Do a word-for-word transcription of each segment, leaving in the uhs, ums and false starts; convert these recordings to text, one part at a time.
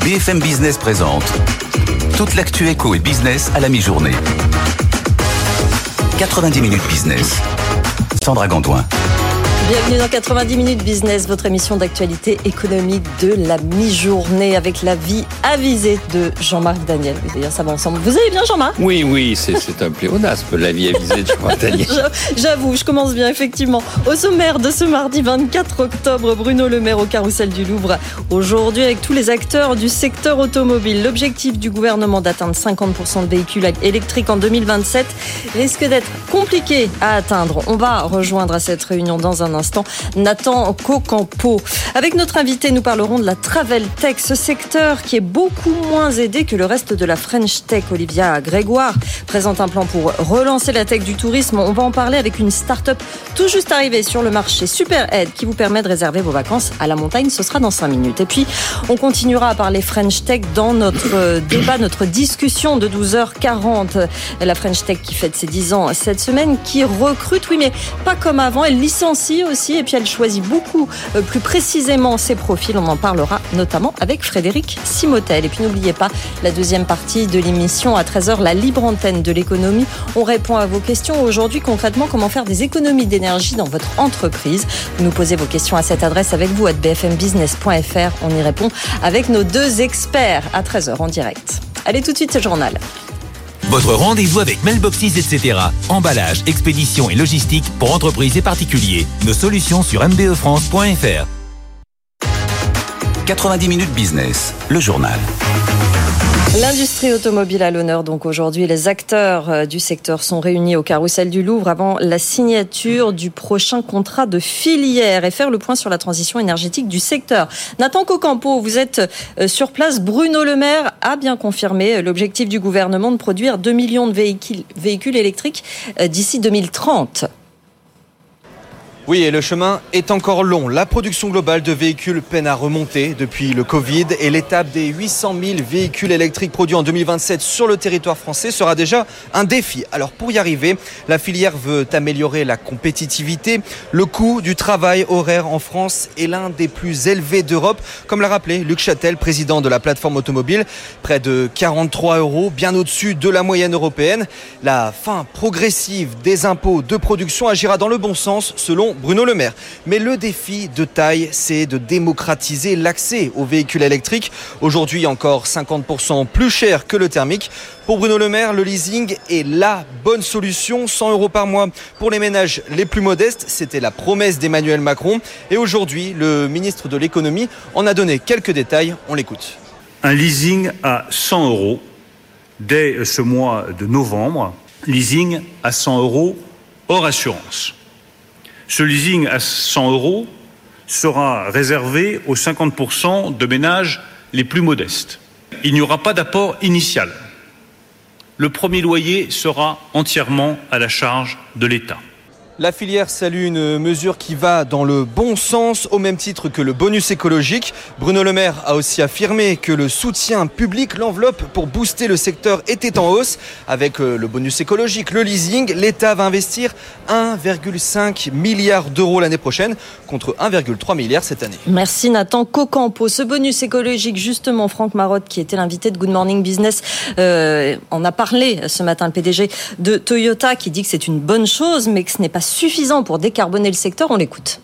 B F M Business présente toute l'actu éco et business à la mi-journée. quatre-vingt-dix minutes business. Sandra Gandoin. Bienvenue dans quatre-vingt-dix minutes business, votre émission d'actualité économique de la mi-journée avec la vie avisée de Jean-Marc Daniel. Vous allez dire ça va ensemble. Vous allez bien, Jean-Marc ? Oui, oui, c'est, c'est un pléonasme, la vie avisée de Jean-Marc Daniel. J'avoue, je commence bien, effectivement. Au sommaire de ce mardi vingt-quatre octobre, Bruno Le Maire au Carrousel du Louvre. Aujourd'hui, avec tous les acteurs du secteur automobile, l'objectif du gouvernement d'atteindre cinquante pour cent de véhicules électriques en deux mille vingt-sept risque d'être compliqué à atteindre. On va rejoindre à cette réunion dans un instant Nathan Cocampo. Avec notre invité, nous parlerons de la Travel Tech, ce secteur qui est beaucoup moins aidé que le reste de la French Tech. Olivia Grégoire présente un plan pour relancer la tech du tourisme. On va en parler avec une start-up tout juste arrivée sur le marché, SuperAid, qui vous permet de réserver vos vacances à la montagne. Ce sera dans cinq minutes. Et puis, on continuera à parler French Tech dans notre débat, notre discussion de douze heures quarante. La French Tech qui fête ses dix ans cette semaine, qui recrute, oui, mais pas comme avant. Elle licencie aussi, et puis elle choisit beaucoup plus précisément ses profils. On en parlera notamment avec Frédéric Simotel. Et puis n'oubliez pas la deuxième partie de l'émission à treize heures, la libre antenne de l'économie. On répond à vos questions aujourd'hui. Concrètement, comment faire des économies d'énergie dans votre entreprise? Vous nous posez vos questions à cette adresse avec vous, arobase b f m business point f r. On y répond avec nos deux experts à treize heures en direct. Allez, tout de suite, ce journal. Votre rendez-vous avec Mailboxes, et cetera. Emballage, expédition et logistique pour entreprises et particuliers. Nos solutions sur m b e france point f r. quatre-vingt-dix minutes business, le journal. L'industrie automobile à l'honneur donc aujourd'hui. Les acteurs du secteur sont réunis au Carrousel du Louvre avant la signature du prochain contrat de filière et faire le point sur la transition énergétique du secteur. Nathan Cocampo, vous êtes sur place. Bruno Le Maire a bien confirmé l'objectif du gouvernement de produire deux millions de véhicules, véhicules électriques d'ici deux mille trente. Oui, et le chemin est encore long. La production globale de véhicules peine à remonter depuis le Covid et l'étape des huit cent mille véhicules électriques produits en deux mille vingt-sept sur le territoire français sera déjà un défi. Alors pour y arriver, la filière veut améliorer la compétitivité. Le coût du travail horaire en France est l'un des plus élevés d'Europe, comme l'a rappelé Luc Châtel, président de la plateforme automobile. Près de quarante-trois euros, bien au-dessus de la moyenne européenne. La fin progressive des impôts de production agira dans le bon sens selon Bruno Le Maire. Mais le défi de taille, c'est de démocratiser l'accès aux véhicules électriques. Aujourd'hui, encore cinquante pour cent plus cher que le thermique. Pour Bruno Le Maire, le leasing est la bonne solution. cent euros par mois pour les ménages les plus modestes. C'était la promesse d'Emmanuel Macron. Et aujourd'hui, le ministre de l'économie en a donné quelques détails. On l'écoute. Un leasing à cent euros dès ce mois de novembre. Leasing à cent euros hors assurance. Ce leasing à cent euros sera réservé aux cinquante pour cent de ménages les plus modestes. Il n'y aura pas d'apport initial. Le premier loyer sera entièrement à la charge de l'État. La filière salue une mesure qui va dans le bon sens, au même titre que le bonus écologique. Bruno Le Maire a aussi affirmé que le soutien public, l'enveloppe pour booster le secteur était en hausse. Avec le bonus écologique, le leasing, l'État va investir un virgule cinq milliard d'euros l'année prochaine, contre un virgule trois milliard cette année. Merci Nathan Cocampo. Ce bonus écologique, justement, Franck Marotte, qui était l'invité de Good Morning Business, euh, en a parlé ce matin, le P D G de Toyota, qui dit que c'est une bonne chose, mais que ce n'est pas suffisant pour décarboner le secteur. On l'écoute.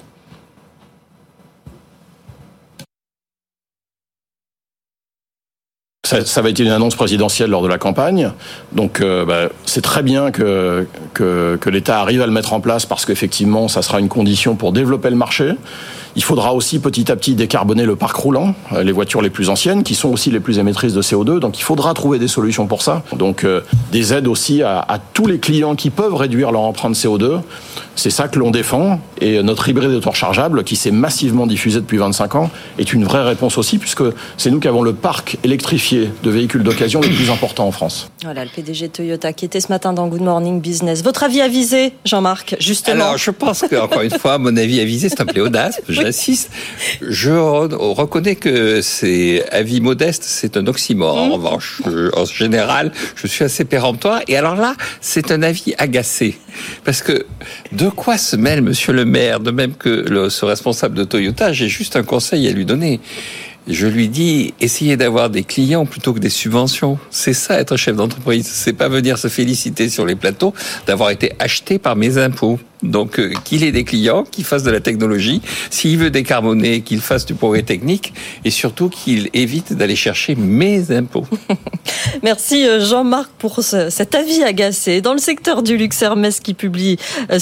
Ça, ça va être une annonce présidentielle lors de la campagne, donc euh, bah, c'est très bien que, que, que l'État arrive à le mettre en place parce qu'effectivement ça sera une condition pour développer le marché. Il faudra aussi petit à petit décarboner le parc roulant, les voitures les plus anciennes, qui sont aussi les plus émettrices de C O deux. Donc il faudra trouver des solutions pour ça. Donc euh, des aides aussi à, à tous les clients qui peuvent réduire leur empreinte C O deux. C'est ça que l'on défend. Et notre hybride auto-rechargeable, qui s'est massivement diffusé depuis vingt-cinq ans, est une vraie réponse aussi, puisque c'est nous qui avons le parc électrifié de véhicules d'occasion le plus important en France. Voilà, le P D G Toyota qui était ce matin dans Good Morning Business. Votre avis avisé, Jean-Marc, justement? Alors, je pense qu'encore une fois, mon avis avisé, c'est un pléonasme. J'insiste. Je reconnais que c'est avis modeste, c'est un oxymore. En mmh. revanche, je, en général, je suis assez péremptoire. Et alors là, c'est un avis agacé. Parce que de quoi se mêle Monsieur le maire, de même que le, ce responsable de Toyota? J'ai juste un conseil à lui donner. Je lui dis, essayez d'avoir des clients plutôt que des subventions. C'est ça, être chef d'entreprise. C'est pas venir se féliciter sur les plateaux d'avoir été acheté par mes impôts. Donc, euh, qu'il ait des clients, qu'il fasse de la technologie. S'il veut décarboner, qu'il fasse du progrès technique. Et surtout, qu'il évite d'aller chercher mes impôts. Merci Jean-Marc pour ce, cet avis agacé. Dans le secteur du luxe, Hermès qui publie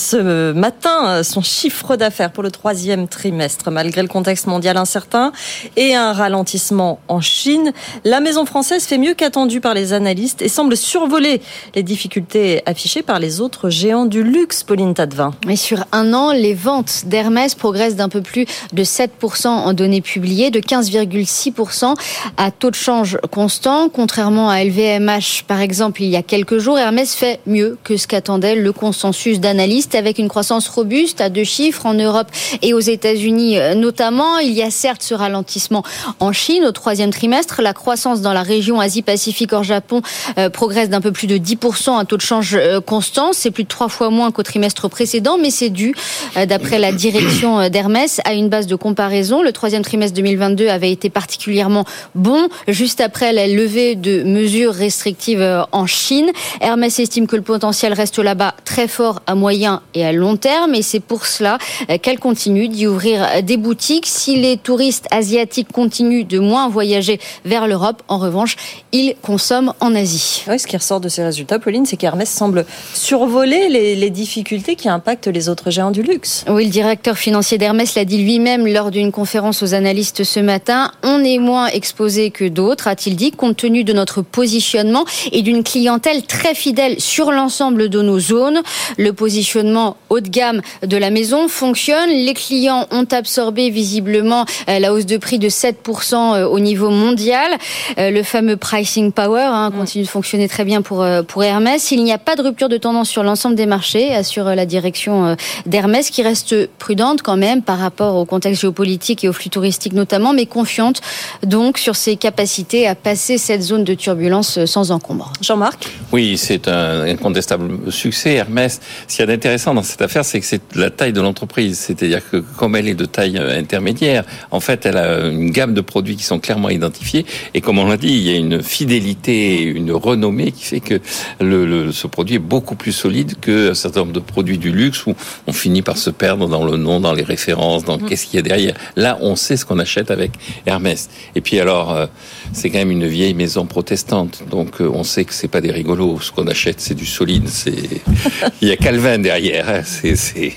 ce matin son chiffre d'affaires pour le troisième trimestre, malgré le contexte mondial incertain et un ralentissement en Chine. La maison française fait mieux qu'attendu par les analystes et semble survoler les difficultés affichées par les autres géants du luxe. Pauline Tadevin. Et sur un an, les ventes d'Hermès progressent d'un peu plus de sept pour cent en données publiées, de quinze virgule six pour cent à taux de change constant. Contrairement à L V M H, par exemple, il y a quelques jours, Hermès fait mieux que ce qu'attendait le consensus d'analystes, avec une croissance robuste à deux chiffres en Europe et aux États-Unis notamment. Il y a certes ce ralentissement en Chine au troisième trimestre. La croissance dans la région Asie-Pacifique hors Japon euh, progresse d'un peu plus de dix pour cent à taux de change euh, constant. C'est plus de trois fois moins qu'au trimestre précédent, mais c'est dû, euh, d'après la direction d'Hermès, à une base de comparaison. Le troisième trimestre deux mille vingt-deux avait été particulièrement bon, juste après la levée de mesures restrictives en Chine. Hermès estime que le potentiel reste là-bas très fort à moyen et à long terme, et c'est pour cela qu'elle continue d'y ouvrir des boutiques. Si les touristes asiatiques continuent de moins voyager vers l'Europe, en revanche, ils consomment en Asie. Oui, ce qui ressort de ces résultats, Pauline, c'est qu'Hermès semble survoler les, les difficultés qui impactent les autres géants du luxe. Oui, le directeur financier d'Hermès l'a dit lui-même lors d'une conférence aux analystes ce matin. On est moins exposé que d'autres, a-t-il dit, compte tenu de notre positionnement et d'une clientèle très fidèle sur l'ensemble de nos zones. Le positionnement haut de gamme de la maison fonctionne. Les clients ont absorbé visiblement la hausse de prix de sept pour cent au niveau mondial. Le fameux pricing power hein, continue de fonctionner très bien pour, pour Hermès. Il n'y a pas de rupture de tendance sur l'ensemble des marchés, assure la direction d'Hermès, qui reste prudente quand même par rapport au contexte géopolitique et aux flux touristiques notamment, mais confiante donc sur ses capacités à passer cette zone de turbulence sans encombre. Jean-Marc ? Oui, c'est un incontestable succès. Hermès, ce qu'il y a d'intéressant dans cette affaire, c'est que c'est la taille de l'entreprise. C'est-à-dire que comme elle est de taille intermédiaire, en fait, elle a une gamme de produits qui sont clairement identifiés. Et comme on l'a dit, il y a une fidélité, une renommée qui fait que le, le, ce produit est beaucoup plus solide qu'un certain nombre de produits du luxe où on finit par se perdre dans le nom, dans les références, dans mmh. qu'est-ce qu'il y a derrière. Là, on sait ce qu'on achète avec Hermès. Et puis alors, euh, c'est quand même une vieille maison protestante. Donc, euh, on sait que c'est pas des rigolos. Ce qu'on achète, c'est du solide. C'est... Il y a Calvin derrière. Hein. C'est... c'est...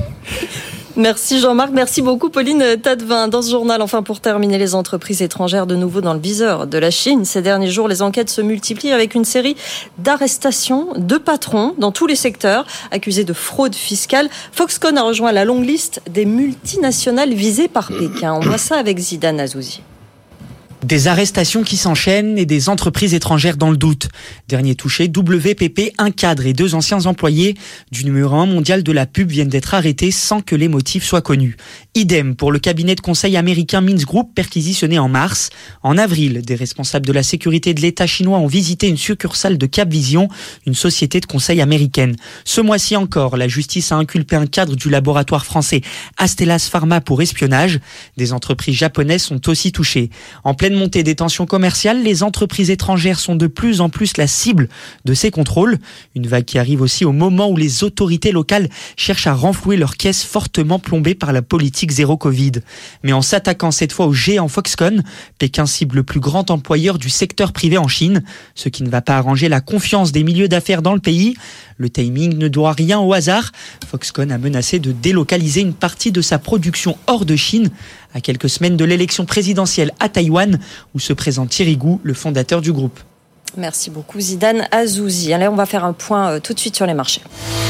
Merci Jean-Marc, merci beaucoup Pauline Tadevin. Dans ce journal, enfin pour terminer, les entreprises étrangères de nouveau dans le viseur de la Chine. Ces derniers jours, les enquêtes se multiplient avec une série d'arrestations de patrons dans tous les secteurs accusés de fraude fiscale. Foxconn a rejoint la longue liste des multinationales visées par Pékin. On voit ça avec Zidane Azouzi. Des arrestations qui s'enchaînent et des entreprises étrangères dans le doute. Dernier touché, W P P, un cadre et deux anciens employés du numéro un mondial de la pub viennent d'être arrêtés sans que les motifs soient connus. Idem pour le cabinet de conseil américain Mintz Group, perquisitionné en mars. En avril, des responsables de la sécurité de l'État chinois ont visité une succursale de Capvision, une société de conseil américaine. Ce mois-ci encore, la justice a inculpé un cadre du laboratoire français Astellas Pharma pour espionnage. Des entreprises japonaises sont aussi touchées. En pleine montée des tensions commerciales, les entreprises étrangères sont de plus en plus la cible de ces contrôles. Une vague qui arrive aussi au moment où les autorités locales cherchent à renflouer leurs caisses fortement plombées par la politique zéro Covid. Mais en s'attaquant cette fois au géant Foxconn, Pékin cible le plus grand employeur du secteur privé en Chine, ce qui ne va pas arranger la confiance des milieux d'affaires dans le pays. Le timing ne doit rien au hasard. Foxconn a menacé de délocaliser une partie de sa production hors de Chine à quelques semaines de l'élection présidentielle à Taïwan, où se présente Thierry Gou, le fondateur du groupe. Merci beaucoup Zidane Azouzi. Allez, on va faire un point euh, tout de suite sur les marchés.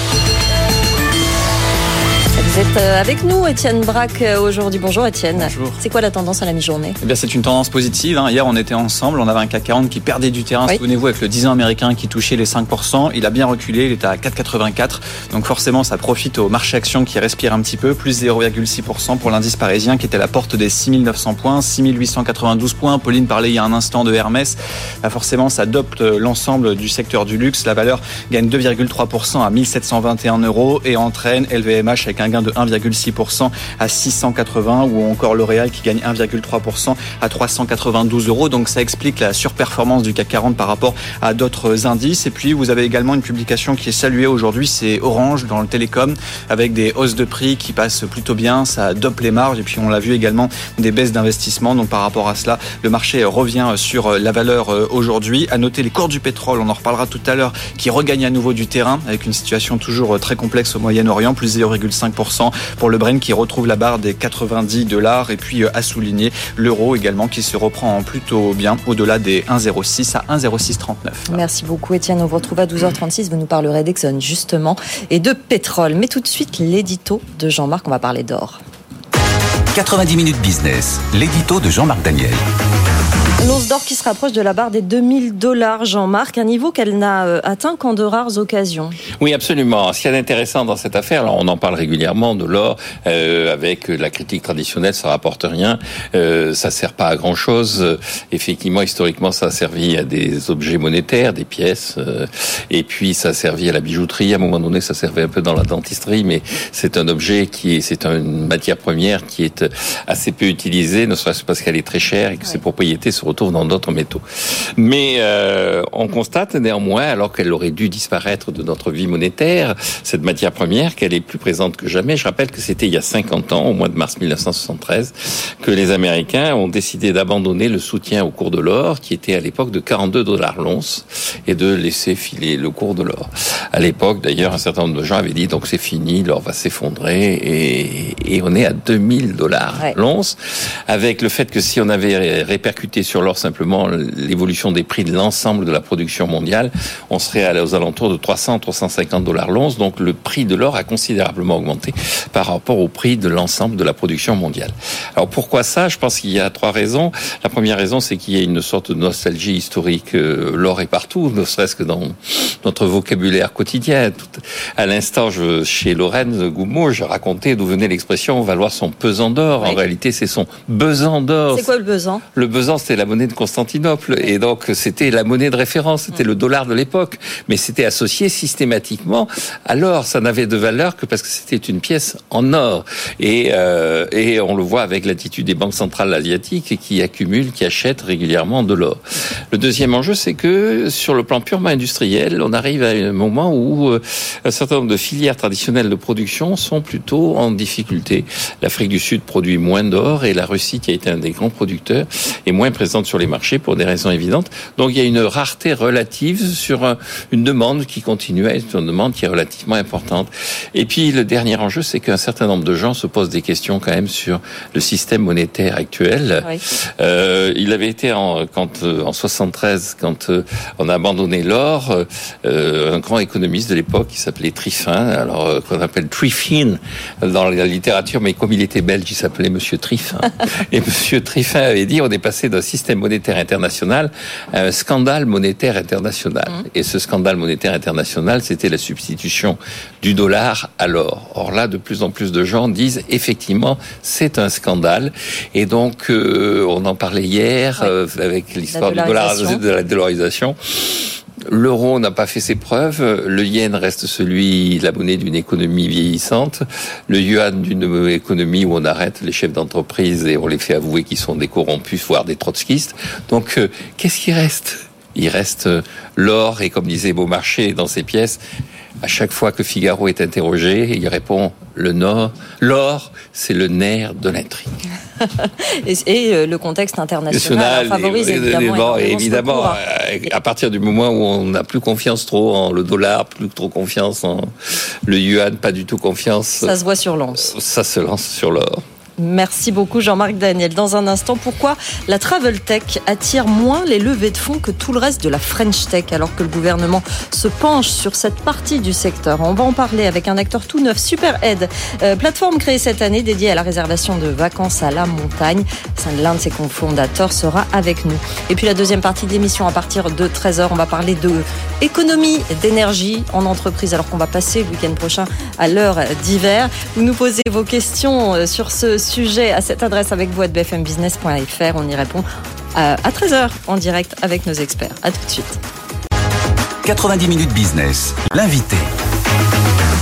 Vous êtes avec nous, Étienne Braque, aujourd'hui. Bonjour Étienne. Bonjour. C'est quoi la tendance à la mi-journée ? Eh bien, c'est une tendance positive. Hein. Hier, on était ensemble. On avait un C A C quarante qui perdait du terrain. Oui. Souvenez-vous, avec le dix ans américain qui touchait les cinq pour cent. Il a bien reculé. Il était à quatre virgule quatre-vingt-quatre. Donc forcément, ça profite au marché action qui respire un petit peu. Plus zéro virgule six pour cent pour l'indice parisien qui était à la porte des six mille neuf cents points, six mille huit cent quatre-vingt-douze points. Pauline parlait il y a un instant de Hermès. Là, forcément, ça adopte l'ensemble du secteur du luxe. La valeur gagne deux virgule trois pour cent à mille sept cent vingt et un euros et entraîne L V M H avec un gain bien de un virgule six pour cent à six cent quatre-vingts, ou encore L'Oréal qui gagne un virgule trois pour cent à trois cent quatre-vingt-douze euros. Donc ça explique la surperformance du C A C quarante par rapport à d'autres indices. Et puis vous avez également une publication qui est saluée aujourd'hui, c'est Orange dans le télécom, avec des hausses de prix qui passent plutôt bien, ça dope les marges. Et puis on l'a vu également, des baisses d'investissement. Donc par rapport à cela, le marché revient sur la valeur aujourd'hui. À noter les cours du pétrole, on en reparlera tout à l'heure, qui regagnent à nouveau du terrain avec une situation toujours très complexe au Moyen-Orient, plus zéro virgule cinq pour cent pour le Brent qui retrouve la barre des quatre-vingt-dix dollars. Et puis à souligner l'euro également qui se reprend plutôt bien au-delà des un virgule zéro six à un virgule zéro six trente-neuf. Merci beaucoup Étienne, on vous retrouve à douze heures trente-six, vous nous parlerez d'Exxon justement et de pétrole. Mais tout de suite l'édito de Jean-Marc, on va parler d'or. quatre-vingt-dix minutes business, l'édito de Jean-Marc Daniel. L'once d'or qui se rapproche de la barre des deux mille dollars, Jean-Marc, un niveau qu'elle n'a atteint qu'en de rares occasions. Oui, absolument. Ce qu'il y a d'intéressant dans cette affaire, alors on en parle régulièrement de l'or, euh, avec la critique traditionnelle, ça rapporte rien, euh, ça sert pas à grand-chose. Euh, effectivement, historiquement, ça a servi à des objets monétaires, des pièces, euh, et puis ça a servi à la bijouterie. À un moment donné, ça servait un peu dans la dentisterie, mais c'est un objet qui est, c'est une matière première qui est assez peu utilisée, ne serait-ce parce qu'elle est très chère et que ouais. ses propriétés se retrouve dans d'autres métaux. Mais euh, on constate néanmoins, alors qu'elle aurait dû disparaître de notre vie monétaire, cette matière première, qu'elle est plus présente que jamais. Je rappelle que c'était il y a cinquante ans, au mois de mars mille neuf cent soixante-treize, que les Américains ont décidé d'abandonner le soutien au cours de l'or, qui était à l'époque de quarante-deux dollars l'once, et de laisser filer le cours de l'or. À l'époque, d'ailleurs, un certain nombre de gens avaient dit, donc c'est fini, l'or va s'effondrer, et, et on est à deux mille dollars ouais. l'once, avec le fait que si on avait répercuté sur l'or simplement l'évolution des prix de l'ensemble de la production mondiale, on serait aux alentours de trois cents à trois cent cinquante dollars l'once. Donc le prix de l'or a considérablement augmenté par rapport au prix de l'ensemble de la production mondiale. Alors pourquoi ça ? Je pense qu'il y a trois raisons. La première raison, c'est qu'il y a une sorte de nostalgie historique. L'or est partout, ne serait-ce que dans notre vocabulaire quotidien. Tout à l'instant, je, chez Lorraine Goumeau, je racontais d'où venait l'expression valoir son pesant d'or. Oui. En réalité, c'est son besant d'or. C'est quoi le besant ? Le besant, c'était la monnaie de Constantinople. Et donc, c'était la monnaie de référence. C'était mmh. le dollar de l'époque. Mais c'était associé systématiquement à l'or. Ça n'avait de valeur que parce que c'était une pièce en or. Et, euh, et on le voit avec l'attitude des banques centrales asiatiques qui accumulent, qui achètent régulièrement de l'or. Le deuxième enjeu, c'est que sur le plan purement industriel, on arrive à un moment où euh, un certain nombre de filières traditionnelles de production sont plutôt en difficulté. L'Afrique du Sud produit moins d'or et la Russie, qui a été un des grands producteurs, est moins présente sur les marchés pour des raisons évidentes. Donc il y a une rareté relative sur un, une demande qui continue à être une demande qui est relativement importante. Et puis le dernier enjeu, c'est qu'un certain nombre de gens se posent des questions quand même sur le système monétaire actuel. Oui. Euh, il avait été en, quand, en soixante-treize, quand euh, on a abandonné l'or, euh, un grand économiste de l'époque qui s'appelait Triffin, alors euh, qu'on appelle Triffin dans la littérature, mais comme il était belge, il s'appelait Monsieur Triffin. Et Monsieur Triffin avait dit, on est passé d'un système monétaire international à un scandale monétaire international. Mmh. Et ce scandale monétaire international, c'était la substitution du dollar à l'or. Or là, de plus en plus de gens disent, effectivement, c'est un scandale. Et donc, euh, on en parlait hier, ouais. euh, avec l'histoire du dollar, de la dollarisation. L'euro n'a pas fait ses preuves. Le yen reste celui, la monnaie d'une économie vieillissante. Le yuan d'une économie où on arrête les chefs d'entreprise et on les fait avouer qu'ils sont des corrompus, voire des trotskistes. Donc, euh, qu'est-ce qui reste ? Il reste euh, l'or et comme disait Beaumarchais dans ses pièces, à chaque fois que Figaro est interrogé, il répond le nord, l'or, c'est le nerf de l'intrigue. et, et le contexte international favorise évidemment. Et évidemment, à partir du moment où on n'a plus confiance trop en le dollar, plus trop confiance en le yuan, pas du tout confiance. Ça se voit sur l'once. Ça se lance sur l'or. Merci beaucoup Jean-Marc Daniel. Dans un instant, pourquoi la Travel Tech attire moins les levées de fonds que tout le reste de la French Tech alors que le gouvernement se penche sur cette partie du secteur. On va en parler avec un acteur tout neuf, Superhead, euh, plateforme créée cette année dédiée à la réservation de vacances à la montagne. L'un de ses cofondateurs sera avec nous. Et puis la deuxième partie de l'émission à partir de treize heures, on va parler de économie d'énergie en entreprise alors qu'on va passer le week-end prochain à l'heure d'hiver. Vous nous posez vos questions sur ce sujet à cette adresse avec vous à b f m business point f r. On y répond à treize heures en direct avec nos experts. À tout de suite. quatre-vingt-dix minutes business, l'invité.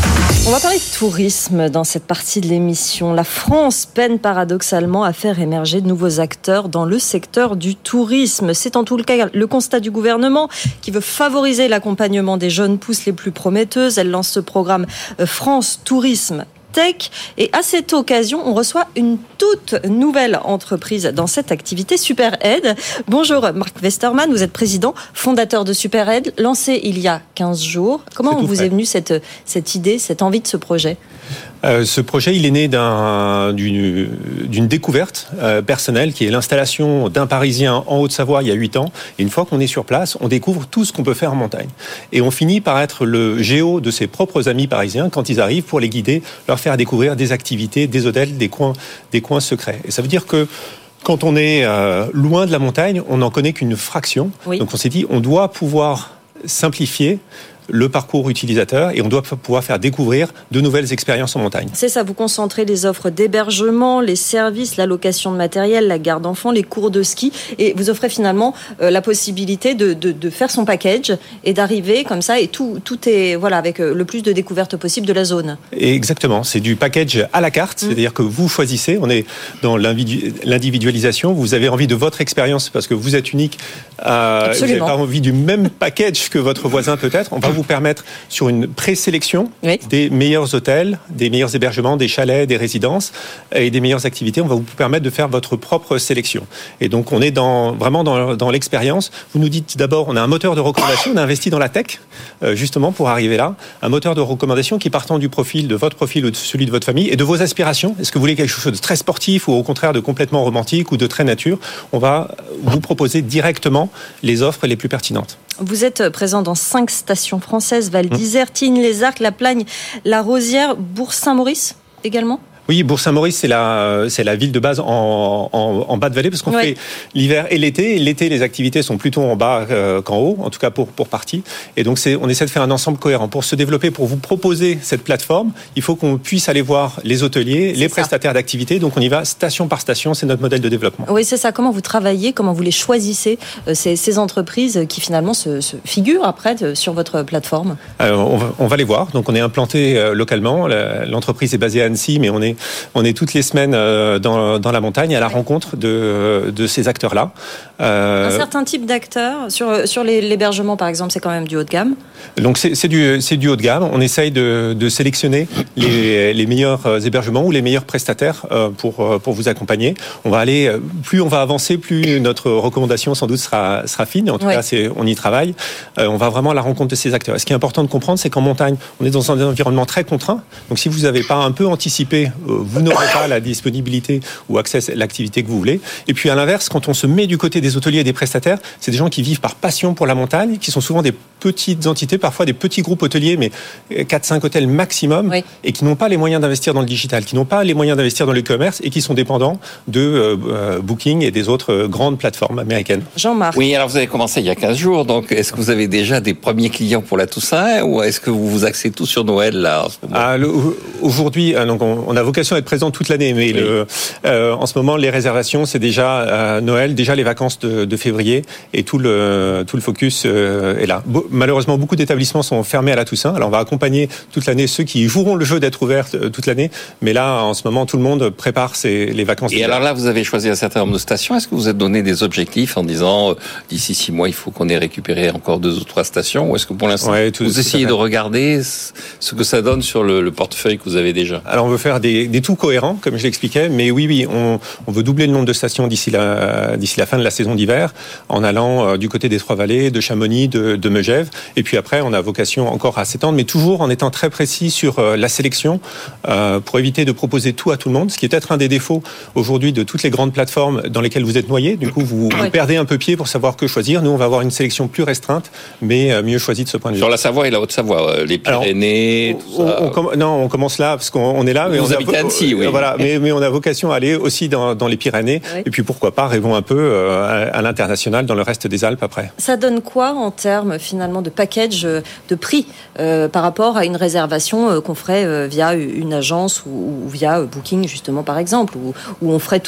On va parler de tourisme dans cette partie de l'émission. La France peine paradoxalement à faire émerger de nouveaux acteurs dans le secteur du tourisme. C'est en tout cas le constat du gouvernement qui veut favoriser l'accompagnement des jeunes pousses les plus prometteuses. Elle lance ce programme France Tourisme Tech. Et à cette occasion, on reçoit une toute nouvelle entreprise dans cette activité, SuperAide. Bonjour Marc Westermann, vous êtes président, fondateur de SuperAide, lancé il y a quinze jours. Comment vous est venue cette, cette idée, cette envie de ce projet ? Euh, ce projet, il est né d'un, d'une, d'une découverte euh, personnelle qui est l'installation d'un Parisien en Haute-Savoie il y a huit ans. Et une fois qu'on est sur place, on découvre tout ce qu'on peut faire en montagne. Et on finit par être le géo de ses propres amis parisiens quand ils arrivent pour les guider, leur faire découvrir des activités, des hôtels, des coins, des coins secrets. Et ça veut dire que quand on est euh, loin de la montagne, on n'en connaît qu'une fraction. Oui. Donc on s'est dit, on doit pouvoir simplifier le parcours utilisateur et on doit pouvoir faire découvrir de nouvelles expériences en montagne. C'est ça, vous concentrez les offres d'hébergement, les services, la location de matériel, la garde d'enfants, les cours de ski et vous offrez finalement euh, la possibilité de, de, de faire son package et d'arriver comme ça et tout, tout est voilà, avec le plus de découvertes possible de la zone. Et exactement, c'est du package à la carte, mmh. c'est-à-dire que vous choisissez, on est dans l'individualisation, vous avez envie de votre expérience parce que vous êtes unique, euh, vous n'avez pas envie du même package que votre voisin peut-être, on va vous permettre sur une présélection oui. des meilleurs hôtels, des meilleurs hébergements, des chalets, des résidences et des meilleures activités. On va vous permettre de faire votre propre sélection. Et donc on est dans, vraiment dans, dans l'expérience. Vous nous dites d'abord, on a un moteur de recommandation, on a investi dans la tech euh, justement pour arriver là. Un moteur de recommandation qui partant du profil, de votre profil ou de celui de votre famille et de vos aspirations. Est-ce que vous voulez quelque chose de très sportif ou au contraire de complètement romantique ou de très nature ? On va vous proposer directement les offres les plus pertinentes. Vous êtes présent dans cinq stations françaises, Val d'Isère, Tignes, Les Arcs, La Plagne, La Rosière, Bourg-Saint-Maurice également ? Oui, Bourg-Saint-Maurice, c'est la, c'est la ville de base en, en, en bas de vallée, parce qu'on ouais. fait l'hiver et l'été. L'été, les activités sont plutôt en bas euh, qu'en haut, en tout cas pour, pour partie. Et donc, c'est, on essaie de faire un ensemble cohérent. Pour se développer, pour vous proposer cette plateforme, il faut qu'on puisse aller voir les hôteliers, c'est les ça. prestataires d'activités. Donc, on y va station par station, c'est notre modèle de développement. Oui, c'est ça. Comment vous travaillez, comment vous les choisissez, euh, ces, ces entreprises qui finalement se, se figurent après de, sur votre plateforme ? Alors, on va, on va les voir. Donc, on est implanté euh, localement. La, l'entreprise est basée à Annecy, mais on est On est toutes les semaines dans, dans la montagne à la rencontre de, de ces acteurs-là. Euh... Un certain type d'acteurs sur, sur les, l'hébergement, par exemple, c'est quand même du haut de gamme. Donc c'est, c'est, du, c'est du haut de gamme. On essaye de, de sélectionner les, les meilleurs hébergements ou les meilleurs prestataires pour, pour vous accompagner. On va aller, plus on va avancer, plus notre recommandation sans doute sera, sera fine. En tout ouais. cas, c'est, on y travaille. On va vraiment à la rencontre de ces acteurs. Et ce qui est important de comprendre, c'est qu'en montagne, on est dans un environnement très contraint. Donc si vous n'avez pas un peu anticipé, vous n'aurez pas la disponibilité ou accès à l'activité que vous voulez. Et puis à l'inverse, quand on se met du côté des hôteliers et des prestataires, c'est des gens qui vivent par passion pour la montagne, qui sont souvent des petites entités, parfois des petits groupes hôteliers, mais quatre cinq hôtels maximum, oui. et qui n'ont pas les moyens d'investir dans le digital, qui n'ont pas les moyens d'investir dans le e-commerce et qui sont dépendants de euh, Booking et des autres euh, grandes plateformes américaines. Jean-Marc. Oui, alors vous avez commencé il y a quinze jours, donc est-ce que vous avez déjà des premiers clients pour la Toussaint ou est-ce que vous vous axez tout sur Noël là en ce moment ? ah, le, Aujourd'hui, donc on, on a vocation à être présent toute l'année, mais oui. le, euh, en ce moment, les réservations, c'est déjà euh, Noël, déjà les vacances de, de février, et tout le, tout le focus euh, est là. Bo- malheureusement, beaucoup d'établissements sont fermés à la Toussaint. Alors, on va accompagner toute l'année ceux qui joueront le jeu d'être ouverts euh, toute l'année, mais là, en ce moment, tout le monde prépare ses, les vacances. Et d'hiver. Alors là, vous avez choisi un certain nombre de stations. Est-ce que vous êtes donné des objectifs en disant, euh, d'ici six mois, il faut qu'on ait récupéré encore deux ou trois stations, ou est-ce que pour l'instant, ouais, tout, vous tout essayez de regarder ce que ça donne sur le, le portefeuille que vous avez déjà ? Alors, on veut faire des, des tout cohérents, comme je l'expliquais, mais oui, oui, on, on veut doubler le nombre de stations d'ici la, d'ici la fin de la saison d'hiver, en allant euh, du côté des Trois-Vallées, de Chamonix, de, de Megève. Et puis après, on a vocation encore à s'étendre, mais toujours en étant très précis sur euh, la sélection, euh, pour éviter de proposer tout à tout le monde, ce qui est peut-être un des défauts aujourd'hui de toutes les grandes plateformes dans lesquelles vous êtes noyés. Du coup, vous, ouais. vous perdez un peu pied pour savoir que choisir. Nous, on va avoir une sélection plus restreinte, mais euh, mieux choisie de ce point de vue. Sur la Savoie et la Haute-Savoie, les Pyrénées, Alors, tout ça. On, on, com- non, on commence là, parce qu'on on est là. Mais vous on habitez a, Annecy, oui. Voilà, mais, mais on a vocation à aller aussi dans, dans les Pyrénées. Oui. Et puis pourquoi pas, rêvons un peu euh, à, à l'international, dans le reste des Alpes après. Ça donne quoi en termes finalement de package, de prix euh, par rapport à une réservation euh, qu'on ferait euh, via une agence ou, ou via Booking justement par exemple, où, où on ferait tout nous-mêmes ?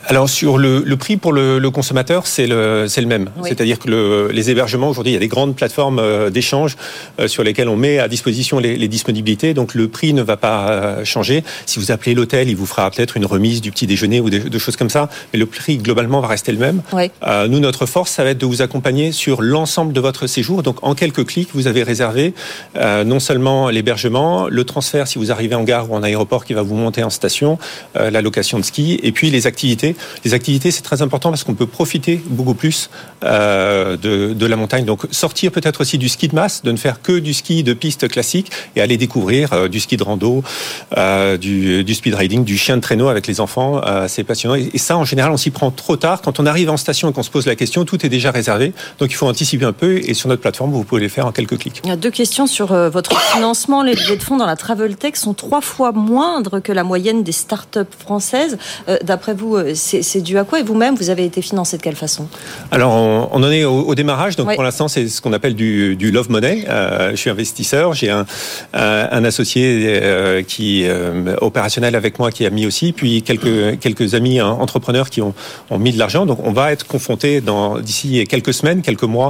Alors sur le, le prix pour le, le consommateur, c'est le, c'est le même. Oui. C'est-à-dire que le, les hébergements, aujourd'hui, il y a des grandes plateformes euh, d'échange euh, sur lesquelles on met à disposition les, les disponibilités. Donc le prix ne va pas euh, changer. Si vous appelez l'hôtel, il vous fera peut-être une remise du petit déjeuner ou des, de choses comme ça. Mais le prix, globalement, va rester le même. Oui. Euh, nous, notre force, ça va être de vous accompagner sur l'ensemble de votre séjour. Donc en quelques clics, vous avez réservé euh, non seulement l'hébergement, le transfert si vous arrivez en gare ou en aéroport qui va vous monter en station, euh, la location de ski, et puis les activités. Les activités, c'est très important parce qu'on peut profiter beaucoup plus euh, de, de la montagne. Donc sortir peut-être aussi du ski de masse, de ne faire que du ski de piste classique et aller découvrir euh, du ski de rando, euh, du, du speed riding, du chien de traîneau avec les enfants. Euh, c'est passionnant. Et, et ça, en général, on s'y prend trop tard. Quand on arrive en station et qu'on se pose la question, tout est déjà réservé. Donc il faut anticiper un peu et sur notre plateforme, vous pouvez les faire en quelques clics. Il y a deux questions sur euh, votre financement. Les levées de fonds dans la travel tech sont trois fois moindres que la moyenne des startups françaises. Euh, d'après vous, c'est, c'est dû à quoi? Et vous-même, vous avez été financé de quelle façon? Alors, on, on en est au, au démarrage. Donc, oui. Pour l'instant, c'est ce qu'on appelle du, du love money. Euh, je suis investisseur. J'ai un, un, un associé euh, qui euh, opérationnel avec moi qui a mis aussi, puis quelques quelques amis hein, entrepreneurs qui ont, ont mis de l'argent. Donc, on va être confronté dans d'ici quelques semaines, quelques mois,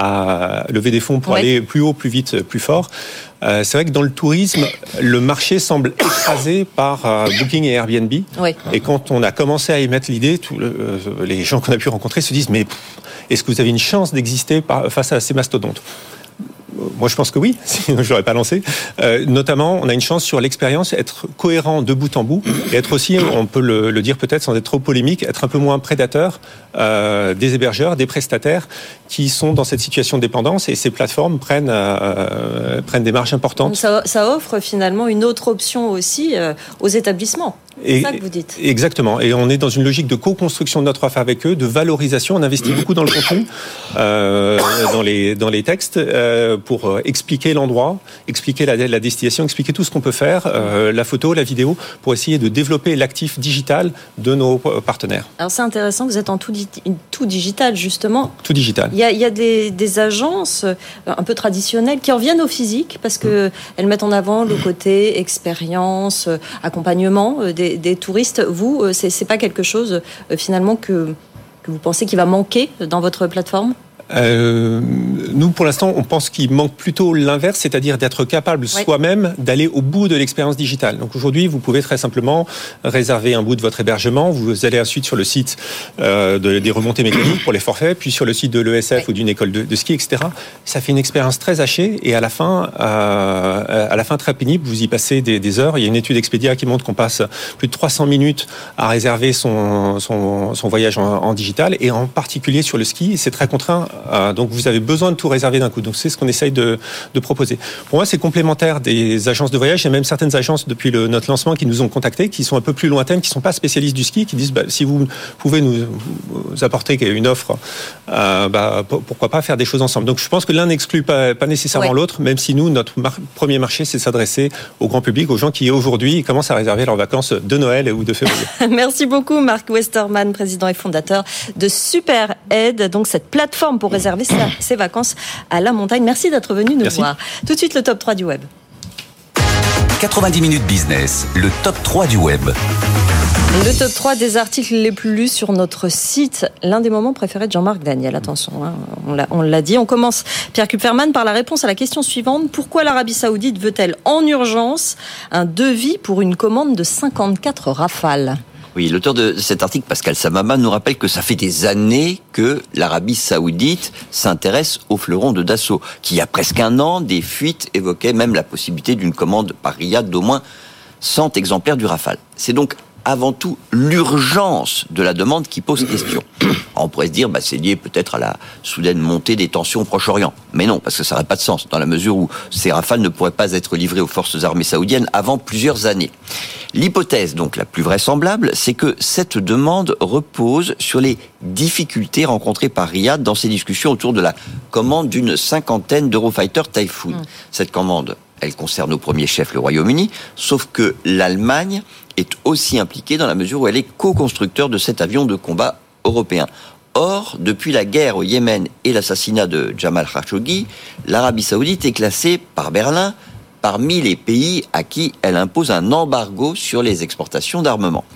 à lever des fonds pour oui. aller plus haut, plus vite, plus fort. Euh, c'est vrai que dans le tourisme, le marché semble écrasé par euh, Booking et Airbnb. Oui. Et quand on a commencé à émettre l'idée, tout le, euh, les gens qu'on a pu rencontrer se disent « Mais pff, est-ce que vous avez une chance d'exister par, face à ces mastodontes ?» Moi, je pense que oui, sinon je l'aurais pas lancé. Euh, notamment, on a une chance sur l'expérience, être cohérent de bout en bout, et être aussi, on peut le, le dire peut-être sans être trop polémique, être un peu moins prédateur euh, des hébergeurs, des prestataires qui sont dans cette situation de dépendance, et ces plateformes prennent euh, prennent des marges importantes. Donc ça, ça offre finalement une autre option aussi euh, aux établissements. C'est et, ça que vous dites. Exactement. Et on est dans une logique de co-construction de notre offre avec eux, de valorisation. On investit beaucoup dans le contenu, euh, dans les dans les textes, euh, pour expliquer l'endroit, expliquer la, la destination, expliquer tout ce qu'on peut faire, euh, la photo, la vidéo, pour essayer de développer l'actif digital de nos partenaires. Alors c'est intéressant, vous êtes en tout, di- tout digital justement. Tout digital. Il y a, il y a des, des agences un peu traditionnelles qui reviennent au physique parce que mmh. elles mettent en avant le côté expérience, accompagnement des, des touristes. Vous, c'est, c'est pas quelque chose finalement que, que vous pensez qu'il va manquer dans votre plateforme ? Euh, nous, pour l'instant, on pense qu'il manque plutôt l'inverse, c'est-à-dire d'être capable oui. soi-même d'aller au bout de l'expérience digitale. Donc aujourd'hui, vous pouvez très simplement réserver un bout de votre hébergement. Vous allez ensuite sur le site euh, de, des remontées mécaniques pour les forfaits, puis sur le site de l'E S F oui. ou d'une école de, de ski, et cetera. Ça fait une expérience très hachée et à la fin, euh, à la fin très pénible. Vous y passez des, des heures. Il y a une étude Expedia qui montre qu'on passe plus de trois cents minutes à réserver son, son, son voyage en, en digital, et en particulier sur le ski. C'est très contraint. Donc vous avez besoin de tout réserver d'un coup. Donc c'est ce qu'on essaye de, de proposer. Pour moi, c'est complémentaire des agences de voyage. Il y a même certaines agences depuis le, notre lancement qui nous ont contactés, qui sont un peu plus lointaines, qui ne sont pas spécialistes du ski, qui disent bah, si vous pouvez nous, nous apporter une offre, euh, bah, pourquoi pas faire des choses ensemble. Donc je pense que l'un n'exclut pas, pas nécessairement ouais. l'autre, même si nous, notre mar- premier marché, c'est de s'adresser au grand public, aux gens qui aujourd'hui commencent à réserver leurs vacances de Noël ou de février. Merci beaucoup Marc Westermann, président et fondateur de SuperAide, donc cette plateforme pour réserver ses vacances à la montagne. Merci d'être venu nous Merci. voir. Tout de suite, le top trois du web. quatre-vingt-dix minutes business, le top trois du web. Le top trois des articles les plus lus sur notre site. L'un des moments préférés de Jean-Marc Daniel. Attention, hein, on, l'a, on l'a dit. On commence, Pierre Kupferman, par la réponse à la question suivante. Pourquoi l'Arabie Saoudite veut-elle en urgence un devis pour une commande de cinquante-quatre Rafales ? Oui, l'auteur de cet article, Pascal Samama, nous rappelle que ça fait des années que l'Arabie Saoudite s'intéresse au fleuron de Dassault, qui il y a presque un an, des fuites évoquaient même la possibilité d'une commande par Riyad d'au moins cent exemplaires du Rafale. C'est donc avant tout l'urgence de la demande qui pose question. On pourrait se dire, bah, c'est lié peut-être à la soudaine montée des tensions au Proche-Orient. Mais non, parce que ça n'aurait pas de sens, dans la mesure où ces Rafales ne pourraient pas être livrés aux forces armées saoudiennes avant plusieurs années. L'hypothèse, donc, la plus vraisemblable, c'est que cette demande repose sur les difficultés rencontrées par Riyad dans ses discussions autour de la commande d'une cinquantaine d'Eurofighter Typhoon. Mmh. Cette commande, elle concerne au premier chef le Royaume-Uni, sauf que l'Allemagne est aussi impliquée dans la mesure où elle est co-constructeur de cet avion de combat européen. Or, depuis la guerre au Yémen et l'assassinat de Jamal Khashoggi, l'Arabie Saoudite est classée par Berlin parmi les pays à qui elle impose un embargo sur les exportations d'armement.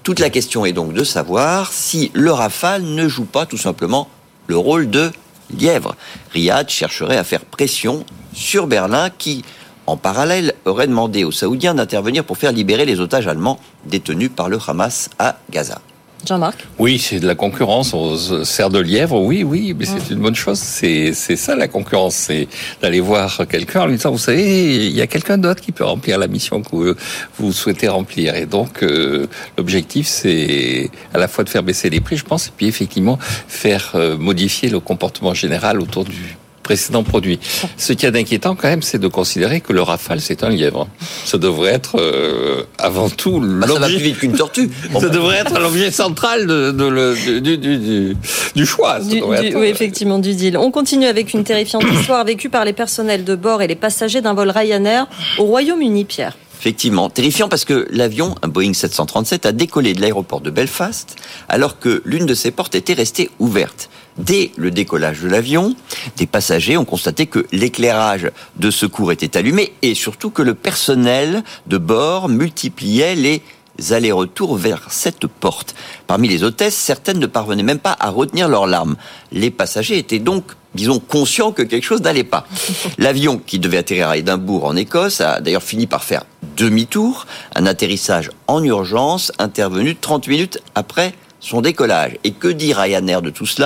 Toute la question est donc de savoir si le Rafale ne joue pas tout simplement le rôle de lièvre. Riyad chercherait à faire pression sur Berlin qui, en parallèle, aurait demandé aux Saoudiens d'intervenir pour faire libérer les otages allemands détenus par le Hamas à Gaza. Jean-Marc ? Oui, c'est de la concurrence, on se sert de lièvre, oui, oui, mais c'est une bonne chose. C'est, c'est ça la concurrence, c'est d'aller voir quelqu'un en lui disant, vous savez, il y a quelqu'un d'autre qui peut remplir la mission que vous, vous souhaitez remplir. Et donc, euh, l'objectif, c'est à la fois de faire baisser les prix, je pense, et puis effectivement, faire euh, modifier le comportement général autour du précédent produit. Ce qui est inquiétant quand même, c'est de considérer que le Rafale, c'est un lièvre. Ça devrait être euh, avant tout bah, l'objet... Ça va plus vite qu'une tortue. Ça devrait être l'objet central de, de, de, du, du, du, du choix. Du, du, être... Oui, effectivement, du deal. On continue avec une terrifiante histoire vécue par les personnels de bord et les passagers d'un vol Ryanair au Royaume-Uni, Pierre. Effectivement, terrifiant parce que l'avion, un Boeing sept cent trente-sept, a décollé de l'aéroport de Belfast alors que l'une de ses portes était restée ouverte. Dès le décollage de l'avion, des passagers ont constaté que l'éclairage de secours était allumé et surtout que le personnel de bord multipliait les allers-retours vers cette porte. Parmi les hôtesses, certaines ne parvenaient même pas à retenir leurs larmes. Les passagers étaient donc, disons, conscients que quelque chose n'allait pas. L'avion, qui devait atterrir à Édimbourg en Écosse, a d'ailleurs fini par faire demi-tour, un atterrissage en urgence intervenu trente minutes après son décollage. Et que dit Ryanair de tout cela ?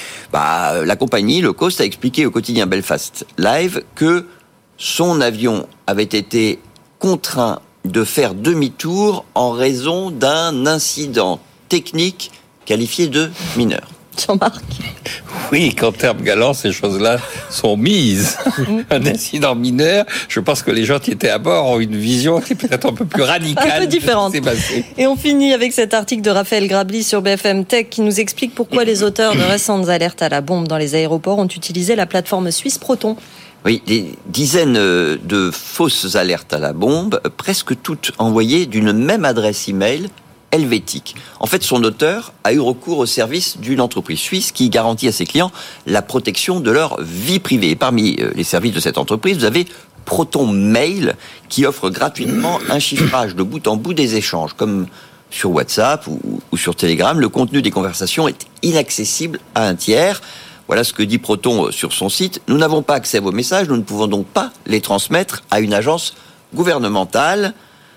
Bah, la compagnie low cost a expliqué au quotidien Belfast Live que son avion avait été contraint de faire demi-tour en raison d'un incident technique qualifié de mineur. Jean-Marc ? Oui, qu'en termes galants, ces choses-là sont mises. Un incident mineur, je pense que les gens qui étaient à bord ont une vision qui est peut-être un peu plus radicale. Un peu différente. Et on finit avec cet article de Raphaël Grabli sur B F M Tech qui nous explique pourquoi les auteurs de récentes alertes à la bombe dans les aéroports ont utilisé la plateforme suisse Proton. Oui, des dizaines de fausses alertes à la bombe, presque toutes envoyées d'une même adresse email helvétique. En fait, son auteur a eu recours au service d'une entreprise suisse qui garantit à ses clients la protection de leur vie privée. Et parmi les services de cette entreprise, vous avez Proton Mail qui offre gratuitement un chiffrage de bout en bout des échanges, comme sur WhatsApp ou, ou sur Telegram. Le contenu des conversations est inaccessible à un tiers. Voilà ce que dit Proton sur son site. Nous n'avons pas accès à vos messages, nous ne pouvons donc pas les transmettre à une agence gouvernementale.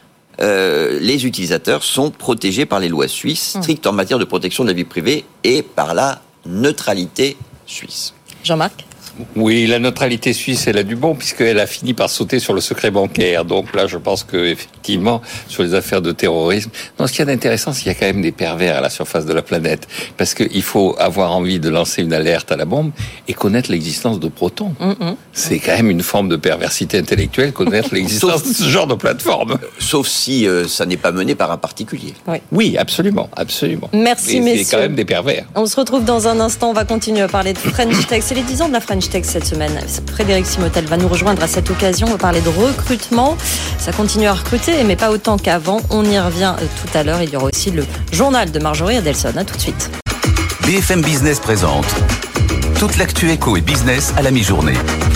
Euh, les utilisateurs sont protégés par les lois suisses, strictes en matière de protection de la vie privée et par la neutralité suisse. Jean-Marc ? Oui, la neutralité suisse, elle a du bon, puisqu'elle a fini par sauter sur le secret bancaire. Donc là, je pense que effectivement, sur les affaires de terrorisme... Non, ce qu'il y a d'intéressant, c'est qu'il y a quand même des pervers à la surface de la planète. Parce qu'il faut avoir envie de lancer une alerte à la bombe et connaître l'existence de Proton. Mm-hmm. C'est quand même une forme de perversité intellectuelle, connaître l'existence sauf, de ce genre de plateforme. Sauf si euh, ça n'est pas mené par un particulier. Oui, oui absolument, absolument. Merci, et messieurs. C'est quand même des pervers. On se retrouve dans un instant, on va continuer à parler de French Tech. C'est les dix ans de la French Tech cette semaine. Frédéric Simotel va nous rejoindre à cette occasion. On va parler de recrutement. Ça continue à recruter, mais pas autant qu'avant. On y revient tout à l'heure. Il y aura aussi le journal de Marjorie Adelson. À tout de suite. B F M Business présente toute l'actu éco et business à la mi-journée.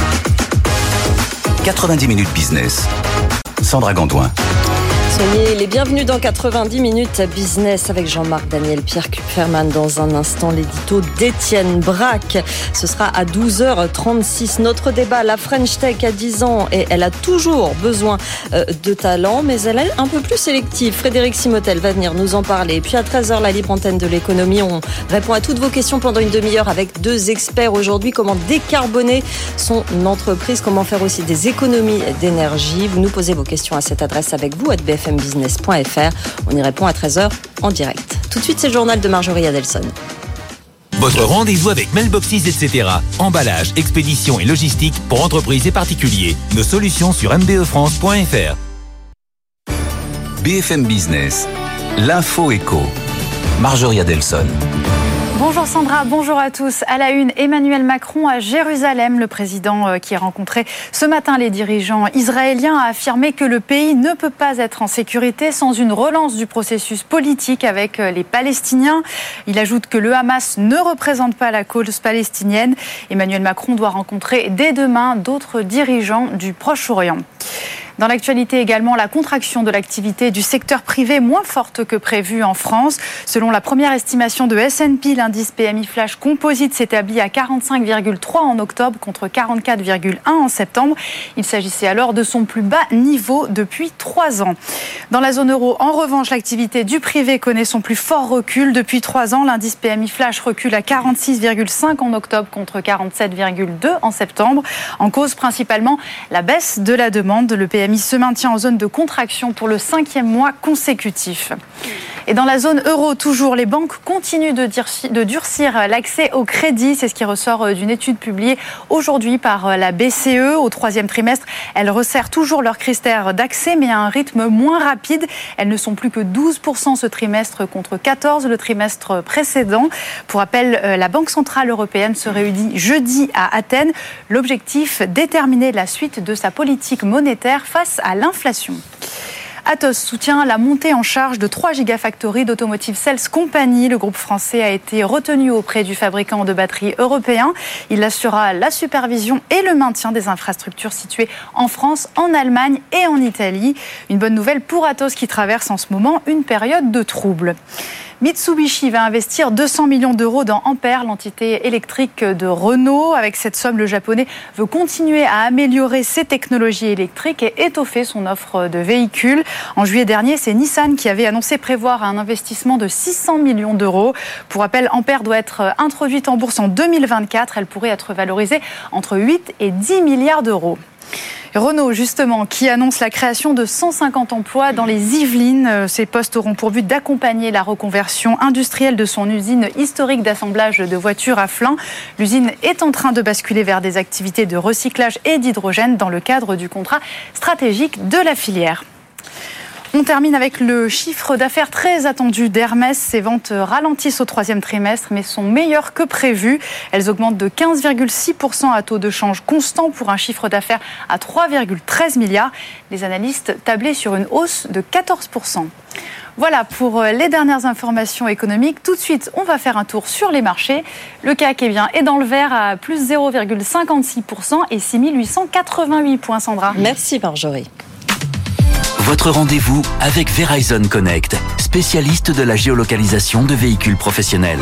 quatre-vingt-dix minutes business. Sandra Gandoin. Soyez les bienvenus dans quatre-vingt-dix minutes business avec Jean-Marc Daniel, Pierre Kupferman. Dans un instant, l'édito d'Étienne Braque. Ce sera à douze heures trente-six. Notre débat, la French Tech a dix ans et elle a toujours besoin de talent, mais elle est un peu plus sélective. Frédéric Simotel va venir nous en parler. Et puis à treize heures, la libre antenne de l'économie. On répond à toutes vos questions pendant une demi-heure avec deux experts aujourd'hui. Comment décarboner son entreprise, comment faire aussi des économies d'énergie. Vous nous posez vos questions à cette adresse avec vous, à b f m business point f r. On y répond à treize heures en direct. Tout de suite, c'est le journal de Marjorie Adelson. Votre rendez-vous avec Mailboxes, et cetera. Emballage, expédition et logistique pour entreprises et particuliers. Nos solutions sur m b e france point f r. B F M Business, l'info éco. Marjorie Adelson. Bonjour Sandra, bonjour à tous. À la une, Emmanuel Macron à Jérusalem. Le président qui a rencontré ce matin les dirigeants israéliens a affirmé que le pays ne peut pas être en sécurité sans une relance du processus politique avec les Palestiniens. Il ajoute que le Hamas ne représente pas la cause palestinienne. Emmanuel Macron doit rencontrer dès demain d'autres dirigeants du Proche-Orient. Dans l'actualité également, la contraction de l'activité du secteur privé moins forte que prévu en France. Selon la première estimation de S and P, l'indice P M I Flash Composite s'établit à quarante-cinq virgule trois en octobre contre quarante-quatre virgule un en septembre. Il s'agissait alors de son plus bas niveau depuis trois ans. Dans la zone euro, en revanche, l'activité du privé connaît son plus fort recul. Depuis trois ans, l'indice P M I Flash recule à quarante-six virgule cinq en octobre contre quarante-sept virgule deux en septembre. En cause principalement la baisse de la demande. Le P M I se maintient en zone de contraction pour le cinquième mois consécutif. Et dans la zone euro, toujours, les banques continuent de, durcir, de durcir l'accès au crédit. C'est ce qui ressort d'une étude publiée aujourd'hui par la B C E. Au troisième trimestre, elles resserrent toujours leurs critères d'accès, mais à un rythme moins rapide. Elles ne sont plus que douze pour cent ce trimestre contre quatorze pour cent le trimestre précédent. Pour rappel, la Banque Centrale Européenne se réunit jeudi à Athènes. L'objectif, déterminer la suite de sa politique monétaire face à l'inflation. Atos soutient la montée en charge de trois gigafactories d'Automotive Cells Company. Le groupe français a été retenu auprès du fabricant de batteries européen. Il assurera la supervision et le maintien des infrastructures situées en France, en Allemagne et en Italie. Une bonne nouvelle pour Atos qui traverse en ce moment une période de trouble. Mitsubishi va investir deux cents millions d'euros dans Ampère, l'entité électrique de Renault. Avec cette somme, le japonais veut continuer à améliorer ses technologies électriques et étoffer son offre de véhicules. En juillet dernier, c'est Nissan qui avait annoncé prévoir un investissement de six cents millions d'euros. Pour rappel, Ampère doit être introduite en bourse en deux mille vingt-quatre. Elle pourrait être valorisée entre huit et dix milliards d'euros. Renault, justement, qui annonce la création de cent cinquante emplois dans les Yvelines. Ces postes auront pour but d'accompagner la reconversion industrielle de son usine historique d'assemblage de voitures à Flins. L'usine est en train de basculer vers des activités de recyclage et d'hydrogène dans le cadre du contrat stratégique de la filière. On termine avec le chiffre d'affaires très attendu d'Hermès. Ses ventes ralentissent au troisième trimestre, mais sont meilleures que prévu. Elles augmentent de quinze virgule six pour cent à taux de change constant pour un chiffre d'affaires à trois virgule treize milliards. Les analystes tablaient sur une hausse de quatorze pour cent. Voilà pour les dernières informations économiques. Tout de suite, on va faire un tour sur les marchés. Le C A C eh bien, est dans le vert à plus zéro virgule cinquante-six pour cent et six mille huit cent quatre-vingt-huit points, Sandra. Merci Marjorie. Votre rendez-vous avec Verizon Connect, spécialiste de la géolocalisation de véhicules professionnels.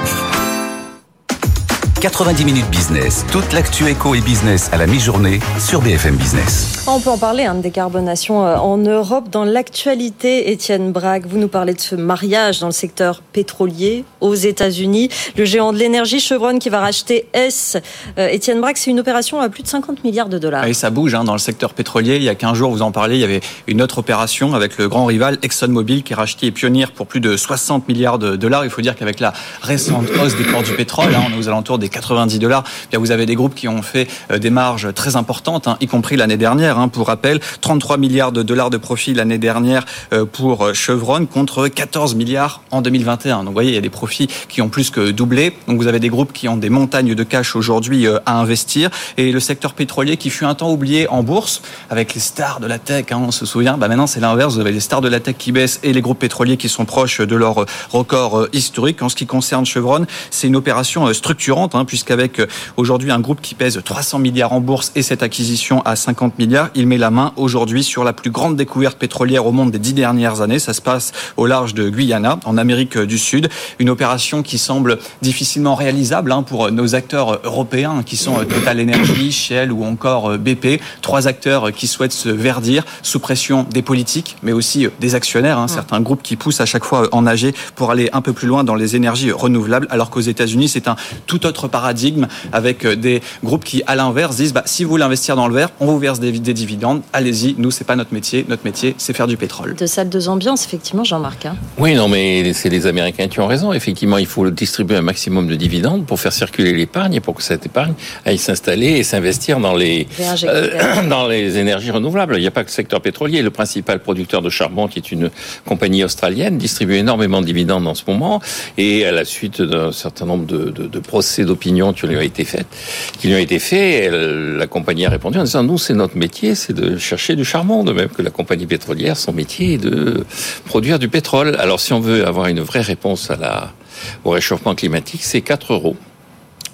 quatre-vingt-dix minutes business, toute l'actu éco et business à la mi-journée sur B F M Business. On peut en parler, hein, de décarbonation en Europe. Dans l'actualité, Étienne Braque, vous nous parlez de ce mariage dans le secteur pétrolier aux États-Unis. Le géant de l'énergie, Chevron, qui va racheter Hess. Euh, Étienne Braque, c'est une opération à plus de cinquante milliards de dollars. Oui, ça bouge hein, dans le secteur pétrolier. Il y a quinze jours, vous en parlez, il y avait une autre opération avec le grand rival ExxonMobil qui rachetait Pioneer pour plus de soixante milliards de dollars. Il faut dire qu'avec la récente hausse des cours du pétrole, hein, on est aux alentours des quatre-vingt-dix dollars. Bien, vous avez des groupes qui ont fait euh, des marges très importantes, hein, y compris l'année dernière. Hein, pour rappel, trente-trois milliards de dollars de profit l'année dernière euh, pour Chevron contre quatorze milliards en deux mille vingt et un. Donc, vous voyez, il y a des profits qui ont plus que doublé. Donc, vous avez des groupes qui ont des montagnes de cash aujourd'hui euh, à investir. Et le secteur pétrolier qui fut un temps oublié en bourse avec les stars de la tech, hein, on se souvient. Bah, maintenant, c'est l'inverse. Vous avez les stars de la tech qui baissent et les groupes pétroliers qui sont proches de leur record euh, historique. En ce qui concerne Chevron, c'est une opération euh, structurante, hein, puisqu'avec Avec aujourd'hui un groupe qui pèse trois cents milliards en bourse et cette acquisition à cinquante milliards, il met la main aujourd'hui sur la plus grande découverte pétrolière au monde des dix dernières années. Ça se passe au large de Guyana, en Amérique du Sud. Une opération qui semble difficilement réalisable hein, pour nos acteurs européens qui sont Total Energy, Shell ou encore B P. Trois acteurs qui souhaitent se verdir sous pression des politiques, mais aussi des actionnaires. Hein, certains groupes qui poussent à chaque fois en nager pour aller un peu plus loin dans les énergies renouvelables, alors qu'aux États-Unis, c'est un tout autre paradigme avec des groupes qui, à l'inverse, disent bah, si vous voulez investir dans le vert, on vous verse des, des dividendes, allez-y, nous, c'est pas notre métier, notre métier, c'est faire du pétrole. De salles de ambiance, effectivement, Jean-Marc. Hein. Oui, non, mais c'est les Américains qui ont raison. Effectivement, il faut distribuer un maximum de dividendes pour faire circuler l'épargne et pour que cette épargne aille s'installer et s'investir dans les, euh, dans les énergies renouvelables. Il n'y a pas que le secteur pétrolier. Le principal producteur de charbon, qui est une compagnie australienne, distribue énormément de dividendes en ce moment et à la suite d'un certain nombre de, de, de procès d'opinion qui lui ont été faites, qui lui ont été faits, elle, la compagnie a répondu en disant nous, c'est notre métier, c'est de chercher du charbon, de même que la compagnie pétrolière, son métier est de produire du pétrole. Alors, si on veut avoir une vraie réponse à la, au réchauffement climatique, c'est quatre euros.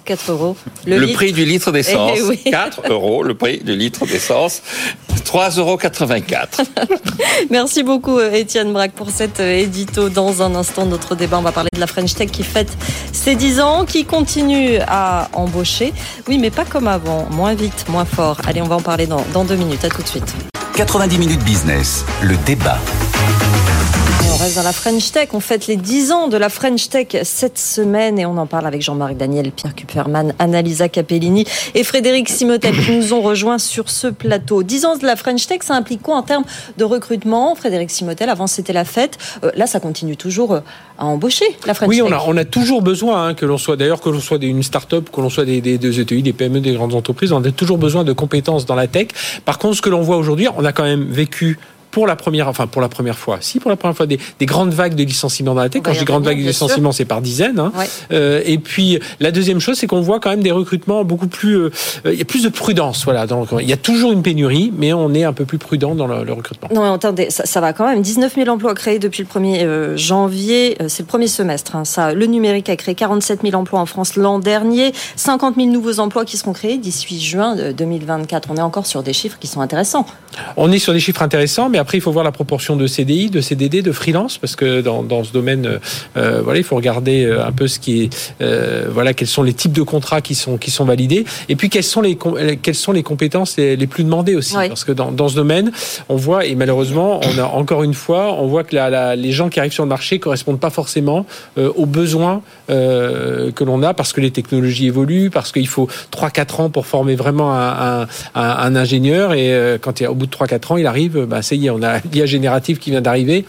quatre euros. Le, le litre. prix du litre d'essence. Eh oui. quatre euros, le prix du litre d'essence. trois euros quatre-vingt-quatre. Merci beaucoup, Étienne Braque, pour cet édito. Dans un instant, notre débat, on va parler de la French Tech qui fête ses dix ans, qui continue à embaucher. Oui, mais pas comme avant. Moins vite, moins fort. Allez, on va en parler dans, dans deux minutes. À tout de suite. quatre-vingt-dix minutes business, le débat. On reste dans la French Tech. On fête les dix ans de la French Tech cette semaine et on en parle avec Jean-Marc Daniel, Pierre Kupferman, Annalisa Capellini et Frédéric Simotel qui nous ont rejoints sur ce plateau. dix ans de la French Tech, ça implique quoi en termes de recrutement? Frédéric Simotel, avant c'était la fête. Euh, là, ça continue toujours à embaucher, la French oui, Tech. Oui, on a, on a toujours besoin, hein, que l'on soit, d'ailleurs, que l'on soit une start-up, que l'on soit des, des, des E T I, des P M E, des grandes entreprises, on a toujours besoin de compétences dans la tech. Par contre, ce que l'on voit aujourd'hui, on a quand même vécu pour la première, enfin pour la première fois, si pour la première fois des, des grandes vagues de licenciements dans la tech. Quand je dis grandes vagues de licenciements, c'est par dizaines. Hein. Ouais. Euh, et puis la deuxième chose, c'est qu'on voit quand même des recrutements beaucoup plus. Euh, il y a plus de prudence, voilà. Donc il y a toujours une pénurie, mais on est un peu plus prudent dans le, le recrutement. Non, mais attendez, ça, ça va quand même. dix-neuf mille emplois créés depuis le premier euh, janvier. Euh, c'est le premier semestre. Hein, ça, le numérique a créé quarante-sept mille emplois en France l'an dernier. cinquante mille nouveaux emplois qui seront créés d'ici juin deux mille vingt-quatre. On est encore sur des chiffres qui sont intéressants. On est sur des chiffres intéressants, mais après il faut voir la proportion de C D I, de C D D, de freelance, parce que dans, dans ce domaine, euh, voilà, il faut regarder un peu ce qui est, euh, voilà, quels sont les types de contrats qui sont qui sont validés, et puis quelles sont les quelles sont les compétences les, les plus demandées aussi, oui. Parce que dans, dans ce domaine, on voit, et malheureusement, on a encore une fois, on voit que la, la, les gens qui arrivent sur le marché correspondent pas forcément euh, aux besoins euh, que l'on a, parce que les technologies évoluent, parce qu'il faut trois quatre ans pour former vraiment un, un, un, un ingénieur, et euh, quand il y a, au bout de trois quatre ans, il arrive, bah ça y est, on a l'I A générative qui vient d'arriver.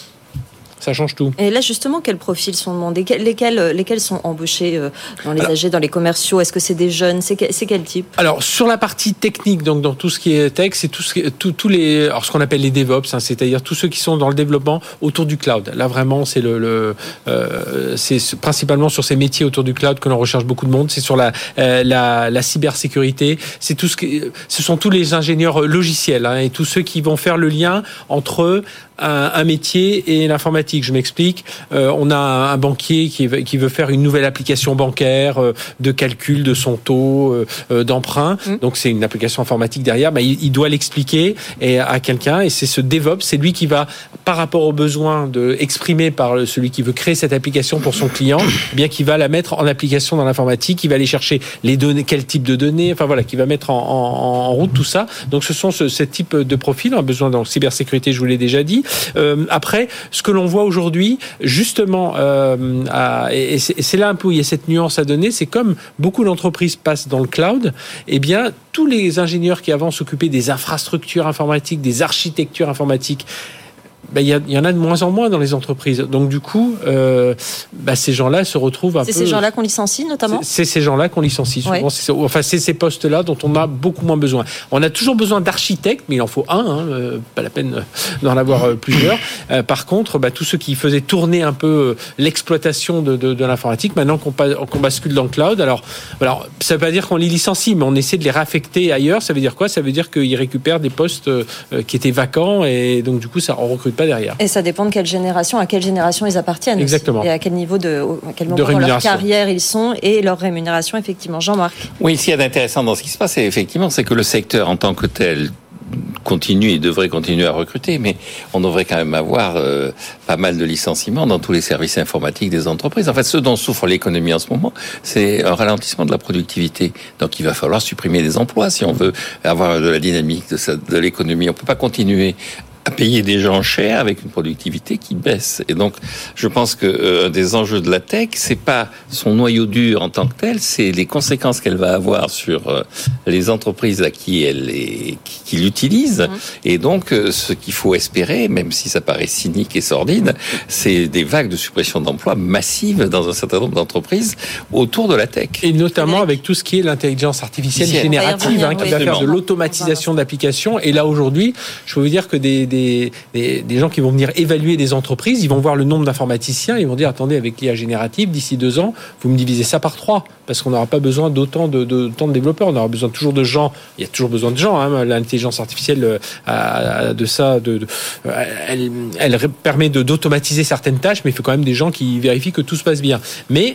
Ça change tout. Et là, justement, quels profils sont demandés? Lesquels, lesquels sont embauchés dans les A G, dans les commerciaux? Est-ce que c'est des jeunes? C'est, que, c'est quel type? Alors, sur la partie technique, donc dans tout ce qui est tech, c'est tout ce qui, tout, tous les, alors ce qu'on appelle les DevOps, hein, c'est-à-dire tous ceux qui sont dans le développement autour du cloud. Là, vraiment, c'est le, le euh, c'est principalement sur ces métiers autour du cloud que l'on recherche beaucoup de monde. C'est sur la, euh, la, la cybersécurité. C'est tout ce qui, ce sont tous les ingénieurs logiciels, hein, et tous ceux qui vont faire le lien entre un, un métier et l'informatique. Je m'explique. Euh, on a un banquier qui veut, qui veut faire une nouvelle application bancaire euh, de calcul de son taux euh, d'emprunt. Mmh. Donc c'est une application informatique derrière. Bah, il, il doit l'expliquer et à quelqu'un. Et c'est ce DevOps, c'est lui qui va, par rapport aux besoins de exprimés par celui qui veut créer cette application pour son client, eh bien qui va la mettre en application dans l'informatique. Qui va aller chercher les données, quel type de données. Enfin voilà, qui va mettre en, en, en route tout ça. Donc ce sont ce, ce type de profil. On a besoin dans la cybersécurité, je vous l'ai déjà dit. Euh, après, ce que l'on voit aujourd'hui, justement, euh, à, et c'est, c'est là un peu où il y a cette nuance à donner, c'est comme beaucoup d'entreprises passent dans le cloud, eh bien, tous les ingénieurs qui avant s'occupaient des infrastructures informatiques, des architectures informatiques, ben, il y, a, il y en a de moins en moins dans les entreprises. Donc du coup, euh, ben, ces gens-là se retrouvent un c'est peu... C'est ces gens-là qu'on licencie notamment. C'est, c'est ces gens-là qu'on licencie souvent. Ouais. C'est, enfin, c'est ces postes-là dont on a beaucoup moins besoin. On a toujours besoin d'architectes, mais il en faut un. Hein, euh, pas la peine d'en avoir euh, plusieurs. Euh, par contre, ben, tous ceux qui faisaient tourner un peu euh, l'exploitation de, de, de l'informatique, maintenant qu'on, qu'on bascule dans le cloud, alors, alors ça ne veut pas dire qu'on les licencie, mais on essaie de les réaffecter ailleurs. Ça veut dire quoi? Ça veut dire qu'ils récupèrent des postes euh, qui étaient vacants, et donc du coup, ça on recrute pas derrière. Et ça dépend de quelle génération, à quelle génération ils appartiennent. Exactement. Aussi, et à quel niveau de, à quel moment de leur carrière ils sont et leur rémunération, effectivement. Jean-Marc. Oui, ce qu'il y a d'intéressant dans ce qui se passe, c'est effectivement, c'est que le secteur en tant que tel continue et devrait continuer à recruter, mais on devrait quand même avoir euh, pas mal de licenciements dans tous les services informatiques des entreprises. En fait, ce dont souffre l'économie en ce moment, c'est un ralentissement de la productivité. Donc, il va falloir supprimer des emplois si on veut avoir de la dynamique de, sa, de l'économie. On peut pas continuer à payer des gens chers avec une productivité qui baisse. Et donc, je pense que euh, des enjeux de la tech, c'est pas son noyau dur en tant que tel, c'est les conséquences qu'elle va avoir sur euh, les entreprises à qui elle est, qui, qui l'utilisent. Mmh. Et donc, euh, ce qu'il faut espérer, même si ça paraît cynique et sordide, c'est des vagues de suppression d'emplois massives dans un certain nombre d'entreprises autour de la tech. Et notamment avec tout ce qui est l'intelligence artificielle c'est générative, hein, qui oui. va faire de l'automatisation d'applications. Et là, aujourd'hui, je peux vous dire que des Des, des, des gens qui vont venir évaluer des entreprises, ils vont voir le nombre d'informaticiens, ils vont dire attendez, avec l'I A générative, d'ici deux ans, vous me divisez ça par trois, parce qu'on n'aura pas besoin d'autant de, de, de, de développeurs, on aura besoin toujours de gens, il y a toujours besoin de gens, hein, l'intelligence artificielle a, a de ça, de, de, elle, elle permet de, d'automatiser certaines tâches, mais il faut quand même des gens qui vérifient que tout se passe bien. Mais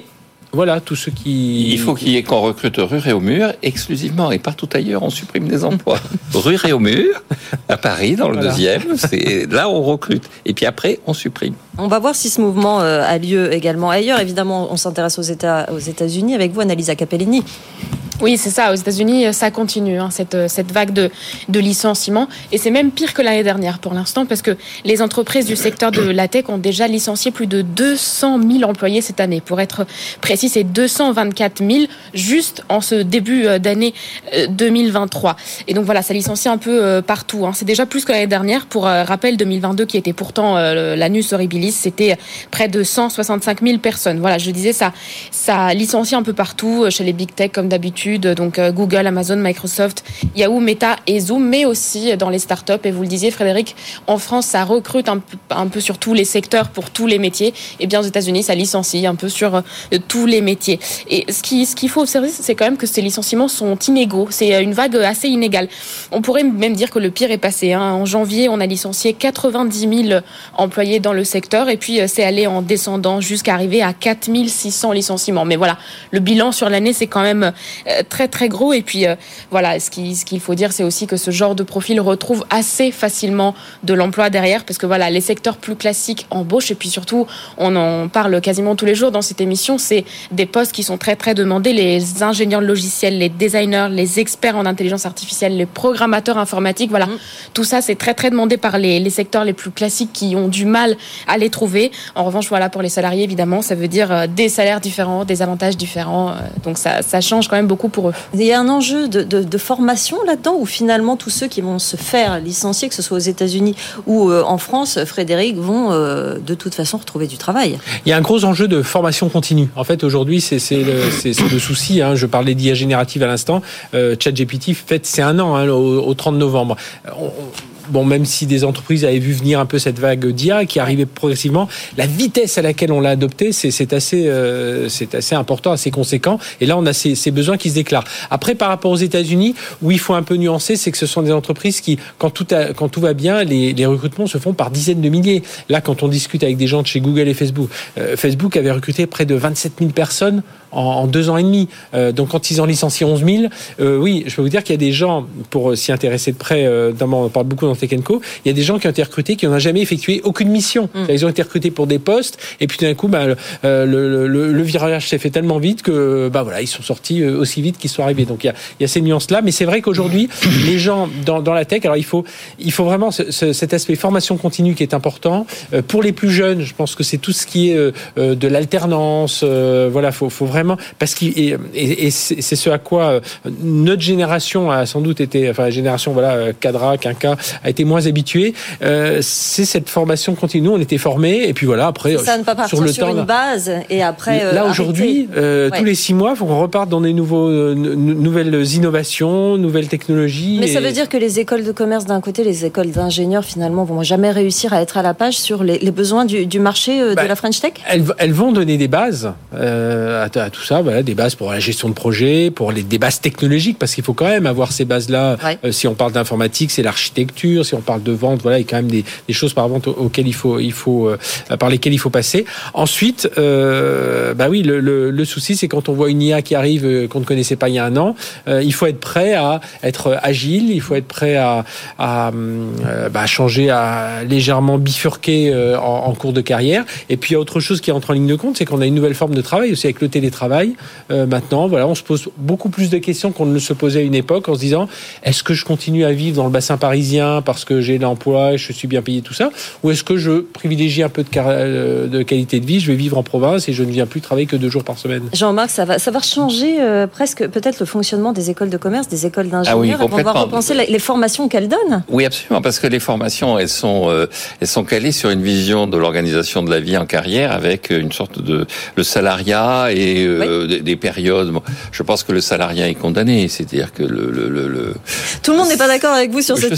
Voilà, tous ceux qui... Il faut qu'il y ait qu'on recrute rue Réaumur exclusivement et partout ailleurs on supprime des emplois. Rue Réaumur, à Paris, dans le voilà. deuxième, c'est là on recrute. Et puis après, on supprime. On va voir si ce mouvement a lieu également ailleurs. Évidemment, on s'intéresse aux États, aux États-Unis avec vous, Annalisa Capellini. Oui, c'est ça. Aux États-Unis, ça continue, hein, cette, cette vague de, de licenciements. Et c'est même pire que l'année dernière pour l'instant, parce que les entreprises du secteur de la tech ont déjà licencié plus de deux cent mille employés cette année. Pour être précis, c'est deux cent vingt-quatre mille juste en ce début d'année deux mille vingt-trois. Et donc voilà, ça licencie un peu partout, hein. C'est déjà plus que l'année dernière. Pour rappel, deux mille vingt-deux, qui était pourtant l'annus horribilis, c'était près de cent soixante-cinq mille personnes. Voilà, je disais, ça, ça licencie un peu partout, chez les big tech comme d'habitude. Donc Google, Amazon, Microsoft, Yahoo, Meta et Zoom, mais aussi dans les startups. Et vous le disiez, Frédéric, en France, ça recrute un peu, un peu sur tous les secteurs pour tous les métiers. Et bien aux États-Unis, ça licencie un peu sur tous les métiers. Et ce qui, ce qu'il faut observer, c'est quand même que ces licenciements sont inégaux. C'est une vague assez inégale. On pourrait même dire que le pire est passé, hein. En janvier, on a licencié quatre-vingt-dix mille employés dans le secteur, et puis c'est allé en descendant jusqu'à arriver à quatre mille six cents licenciements. Mais voilà, le bilan sur l'année, c'est quand même très très gros. Et puis euh, voilà, ce, qui, ce qu'il faut dire, c'est aussi que ce genre de profil retrouve assez facilement de l'emploi derrière, parce que voilà, les secteurs plus classiques embauchent, et puis surtout, on en parle quasiment tous les jours dans cette émission, c'est des postes qui sont très très demandés, les ingénieurs logiciels, les designers, les experts en intelligence artificielle, les programmateurs informatiques, voilà, mmh. tout ça c'est très très demandé par les, les secteurs les plus classiques qui ont du mal à les trouver. En revanche, voilà, pour les salariés, évidemment, ça veut dire euh, des salaires différents, des avantages différents, euh, donc ça, ça change quand même beaucoup pour eux. Il y a un enjeu de, de, de formation là-dedans, où finalement tous ceux qui vont se faire licencier, que ce soit aux États-Unis ou euh, en France, Frédéric, vont euh, de toute façon retrouver du travail. Il y a un gros enjeu de formation continue. En fait, aujourd'hui, c'est, c'est, le, c'est, c'est le souci. Hein. Je parlais d'I A générative à l'instant. Euh, ChatGPT fête c'est un an, hein, au, au trente novembre. On, Bon, même si des entreprises avaient vu venir un peu cette vague d'I A qui arrivait progressivement, la vitesse à laquelle on l'a adoptée, c'est, c'est, assez, euh, c'est assez important, assez conséquent. Et là, on a ces, ces besoins qui se déclarent. Après, par rapport aux États-Unis, où il faut un peu nuancer, c'est que ce sont des entreprises qui, quand tout, a, quand tout va bien, les, les recrutements se font par dizaines de milliers. Là, quand on discute avec des gens de chez Google et Facebook, euh, Facebook avait recruté près de vingt-sept mille personnes en, en deux ans et demi. Euh, donc, quand ils en licencient onze mille, euh, oui, je peux vous dire qu'il y a des gens, pour s'y intéresser de près, euh, on parle beaucoup dans Tech and Co, il y a des gens qui ont été recrutés qui n'ont jamais effectué aucune mission. Mmh. Ils ont été recrutés pour des postes, et puis tout d'un coup, bah, le, le, le, le virage s'est fait tellement vite que bah, voilà, ils sont sortis aussi vite qu'ils sont arrivés. Donc il y a, il y a ces nuances-là, mais c'est vrai qu'aujourd'hui, les gens dans, dans la tech, alors il faut, il faut vraiment ce, ce, cet aspect formation continue qui est important. Euh, pour les plus jeunes, je pense que c'est tout ce qui est euh, de l'alternance. Euh, voilà, faut, faut vraiment, parce qu'il et, et, et c'est, c'est ce à quoi euh, notre génération a sans doute été, enfin la génération voilà Cadra, Quinca a été moins habitué, euh, c'est cette formation continue. Nous, on était formés, et puis voilà, après, ça ne peut pas partir sur le sur temps, une base, et après là, euh, aujourd'hui, euh, ouais. tous les six mois, il faut qu'on reparte dans des nouveaux, euh, n- nouvelles innovations, nouvelles technologies. Mais et... ça veut dire que les écoles de commerce d'un côté, les écoles d'ingénieurs, finalement, vont jamais réussir à être à la page sur les, les besoins du, du marché euh, bah, de la French Tech. Elles, elles vont donner des bases euh, à, à tout ça, voilà, des bases pour la gestion de projet, pour les des bases technologiques, parce qu'il faut quand même avoir ces bases-là. Ouais. Euh, si on parle d'informatique, c'est l'architecture. Si on parle de vente, voilà, il y a quand même des, des choses par vente auxquelles il faut, il faut, euh, par lesquelles il faut passer. Ensuite, euh, bah oui, le, le, le souci, c'est quand on voit une I A qui arrive euh, qu'on ne connaissait pas il y a un an, euh, il faut être prêt à être agile, il faut être prêt à, à euh, bah, changer, à légèrement bifurquer euh, en, en cours de carrière. Et puis il y a autre chose qui entre en ligne de compte, c'est qu'on a une nouvelle forme de travail aussi avec le télétravail. Euh, maintenant, voilà, on se pose beaucoup plus de questions qu'on ne le se posait à une époque, en se disant est-ce que je continue à vivre dans le bassin parisien parce que j'ai l'emploi, je suis bien payé, tout ça, ou est-ce que je privilégie un peu de, car- de qualité de vie, je vais vivre en province et je ne viens plus travailler que deux jours par semaine. Jean-Marc, ça va, ça va changer euh, presque peut-être le fonctionnement des écoles de commerce, des écoles d'ingénieurs. Ah oui, on va repenser les formations qu'elles donnent. Oui, absolument, parce que les formations, elles sont, euh, elles sont calées sur une vision de l'organisation de la vie en carrière, avec une sorte de le salariat et euh, oui. des, des périodes. Je pense que le salariat est condamné, c'est-à-dire que le, le, le, le... tout le monde n'est pas d'accord avec vous sur je cette sais question. Bien,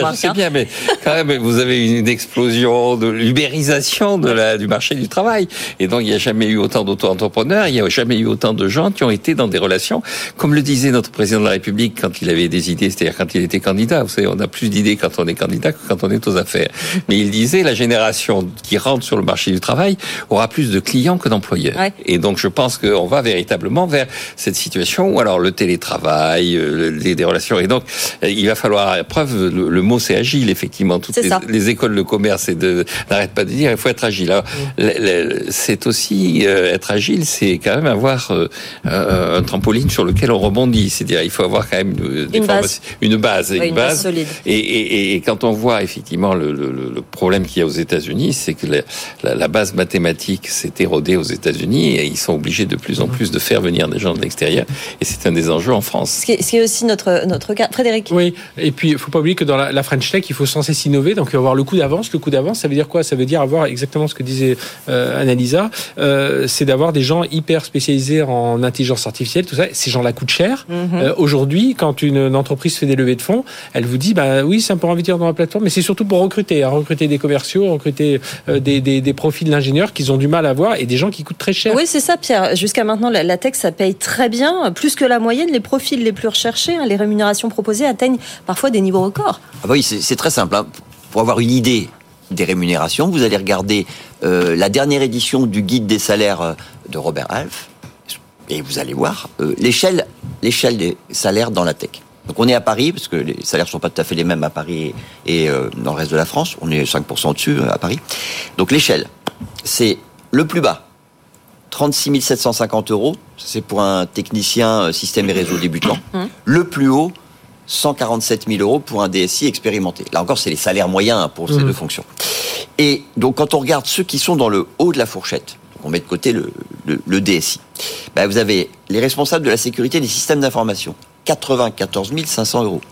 je sais bien, mais quand même, vous avez une explosion de l'ubérisation de la, du marché du travail. Et donc, il n'y a jamais eu autant d'auto-entrepreneurs, il n'y a jamais eu autant de gens qui ont été dans des relations, comme le disait notre président de la République quand il avait des idées, c'est-à-dire quand il était candidat. Vous savez, on a plus d'idées quand on est candidat que quand on est aux affaires. Mais il disait, la génération qui rentre sur le marché du travail aura plus de clients que d'employeurs. Ouais. Et donc, je pense qu'on va véritablement vers cette situation où alors le télétravail, les, des relations. Et donc, il va falloir, preuve, le, le mot c'est agile, effectivement. Toutes les, les écoles de commerce et de, n'arrêtent pas de dire, il faut être agile. Alors, mmh. le, le, c'est aussi, euh, être agile, c'est quand même avoir euh, un, un trampoline sur lequel on rebondit. C'est-à-dire, il faut avoir quand même une, des une, base. une base. Oui, une, une base. base solide. Et, et, et quand on voit, effectivement, le, le, le problème qu'il y a aux États-Unis, c'est que la, la, la base mathématique s'est érodée aux États-Unis et ils sont obligés de plus en plus de faire venir des gens de l'extérieur. Et c'est un des enjeux en France. Ce qui est, ce qui est aussi notre, notre cas. Frédéric. Oui, et puis il ne faut pas oublier que dans la, la French Tech, il faut sans cesse innover, donc il faut avoir le coup d'avance. Le coup d'avance, ça veut dire quoi? Ça veut dire avoir exactement ce que disait euh, Annalisa, euh, c'est d'avoir des gens hyper spécialisés en intelligence artificielle, tout ça. Ces gens-là coûtent cher. Mm-hmm. Euh, aujourd'hui, quand une, une entreprise fait des levées de fonds, elle vous dit, bah oui, c'est un peu investir dans la plateforme, mais c'est surtout pour recruter, hein, recruter des commerciaux, recruter euh, des, des, des profils d'ingénieurs qu'ils ont du mal à avoir et des gens qui coûtent très cher. Oui, c'est ça, Pierre. Jusqu'à maintenant, la, la tech, ça paye très bien, plus que la moyenne. Les profils les plus recherchés, hein, les rémunérations proposées atteignent parfois des niveaux records. Ah bah oui, c'est, c'est très simple. Hein. Pour avoir une idée des rémunérations, vous allez regarder euh, la dernière édition du guide des salaires de Robert Half et vous allez voir euh, l'échelle, l'échelle des salaires dans la tech. Donc on est à Paris, parce que les salaires ne sont pas tout à fait les mêmes à Paris et, et euh, dans le reste de la France. On est cinq pour cent dessus à Paris. Donc l'échelle, c'est le plus bas, trente-six mille sept cent cinquante euros. C'est pour un technicien système et réseau débutant. Mmh. Le plus haut, cent quarante-sept mille euros pour un D S I expérimenté. Là encore, c'est les salaires moyens pour ces mmh. deux fonctions. Et donc quand on regarde ceux qui sont dans le haut de la fourchette, on met de côté le, le, le D S I, ben vous avez les responsables de la sécurité des systèmes d'information, quatre-vingt-quatorze mille cinq cents euros.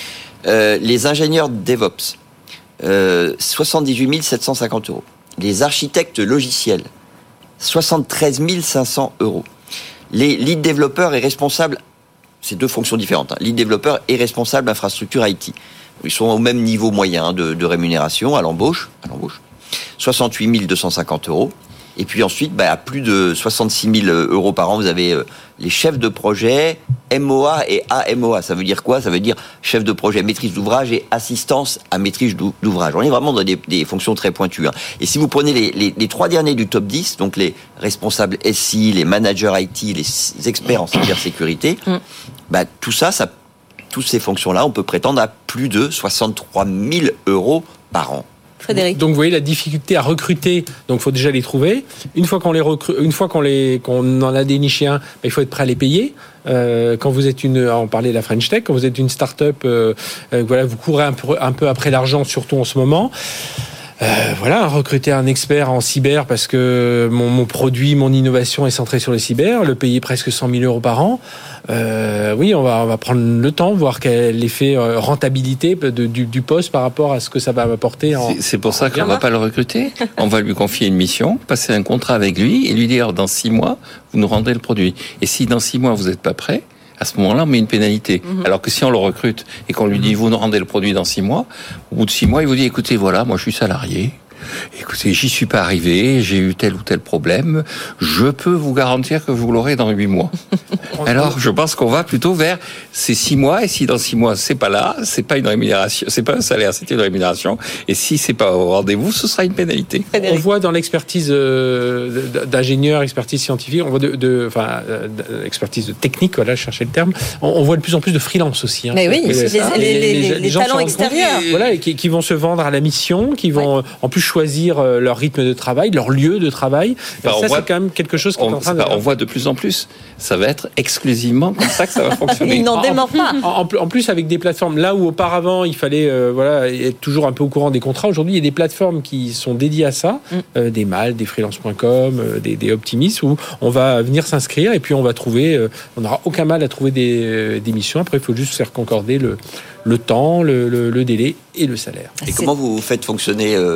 Euh, les ingénieurs DevOps, euh, soixante-dix-huit mille sept cent cinquante euros. Les architectes logiciels, soixante-treize mille cinq cents euros. Les lead développeurs et responsables, c'est deux fonctions différentes, hein. Lead développeur et responsable infrastructure I T. Ils sont au même niveau moyen de, de rémunération à l'embauche, à l'embauche. soixante-huit mille deux cent cinquante euros. Et puis ensuite, bah, à plus de soixante-six mille euros par an, vous avez euh, les chefs de projet, M O A et A M O A. Ça veut dire quoi? Ça veut dire chef de projet maîtrise d'ouvrage et assistance à maîtrise d'ouvrage. On est vraiment dans des, des fonctions très pointues. Hein. Et si vous prenez les, les, les trois derniers du top dix, donc les responsables S I, les managers I T, les experts en cybersécurité, mm. bah, tout ça, ça, toutes ces fonctions-là, on peut prétendre à plus de soixante-trois mille euros par an. Frédéric. Donc vous voyez la difficulté à recruter, donc il faut déjà les trouver. Une fois qu'on les recrute, une fois qu'on les qu'on en a déniché un, ben, il faut être prêt à les payer. Euh, quand vous êtes une, on parlait de la French Tech, quand vous êtes une start-up, euh, euh, voilà, vous courez un peu, un peu après l'argent, surtout en ce moment. Euh, voilà, recruter un expert en cyber parce que mon, mon produit, mon innovation est centrée sur le cyber, le payer presque cent mille euros par an. Euh, oui, on va, on va prendre le temps, voir quel effet euh, rentabilité de, du, du poste par rapport à ce que ça va m'apporter. En, c'est, c'est pour ça qu'on ne va pas le recruter. On va lui confier une mission, passer un contrat avec lui et lui dire dans six mois, vous nous rendez le produit. Et si dans six mois vous n'êtes pas prêt, à ce moment-là, on met une pénalité. Mmh. Alors que si on le recrute et qu'on lui dit, vous nous rendez le produit dans six mois, au bout de six mois, il vous dit, écoutez, voilà, moi je suis salarié. Écoutez, j'y suis pas arrivé, j'ai eu tel ou tel problème, je peux vous garantir que vous l'aurez dans huit mois. Alors, je pense qu'on va plutôt vers ces six mois, et si dans six mois, c'est pas là, c'est pas une rémunération, c'est pas un salaire, c'est une rémunération, et si c'est pas au rendez-vous, ce sera une pénalité. On voit dans l'expertise d'ingénieur, expertise scientifique, on voit de, de enfin, expertise technique, voilà, je cherchais le terme, on, on voit de plus en plus de freelance aussi. Hein. Mais oui, les, les, les, les, les, les, les talents extérieurs. Voilà, et qui, qui vont se vendre à la mission, qui vont, ouais. en plus, choisir leur rythme de travail, leur lieu de travail. Bah, ça, voit, c'est quand même quelque chose qu'on est en train de... Pas, on voit de plus en plus. Ça va être exclusivement comme ça que ça va fonctionner. Ils n'en démordent pas. En, en, en plus, avec des plateformes, là où auparavant, il fallait euh, voilà, être toujours un peu au courant des contrats, aujourd'hui, il y a des plateformes qui sont dédiées à ça, mm. euh, des Mal, des freelance point com, euh, des, des Optimis, où on va venir s'inscrire et puis on va trouver... Euh, on n'aura aucun mal à trouver des, euh, des missions. Après, il faut juste faire concorder le, le temps, le, le, le délai et le salaire. Et c'est... comment vous faites fonctionner... Euh...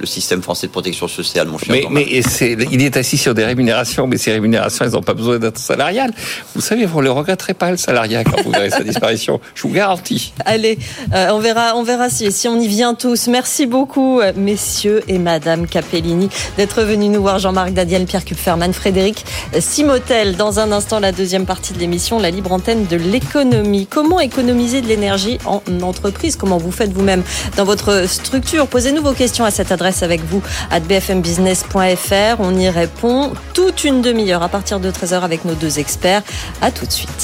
le système français de protection sociale, mon cher Mais, Jean-Marc. mais c'est, il est assis sur des rémunérations, mais ces rémunérations, elles n'ont pas besoin d'être salariales. Vous savez, vous ne le regretterez pas, le salariat, quand vous verrez sa disparition. Je vous garantis. Allez, euh, on verra, on verra si, si on y vient tous. Merci beaucoup, messieurs et madame Capellini, d'être venus nous voir. Jean-Marc Daniel, Pierre Kupferman, Frédéric Simotel. Dans un instant, la deuxième partie de l'émission, la libre antenne de l'économie. Comment économiser de l'énergie en entreprise? Comment vous faites vous-même dans votre structure? Posez-nous vos questions à cette adresse avec vous, à b f m business point f r. On y répond toute une demi-heure à partir de treize heures avec nos deux experts. À tout de suite.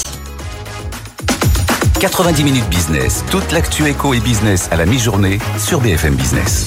quatre-vingt-dix minutes business, toute l'actu éco et business à la mi-journée sur B F M Business.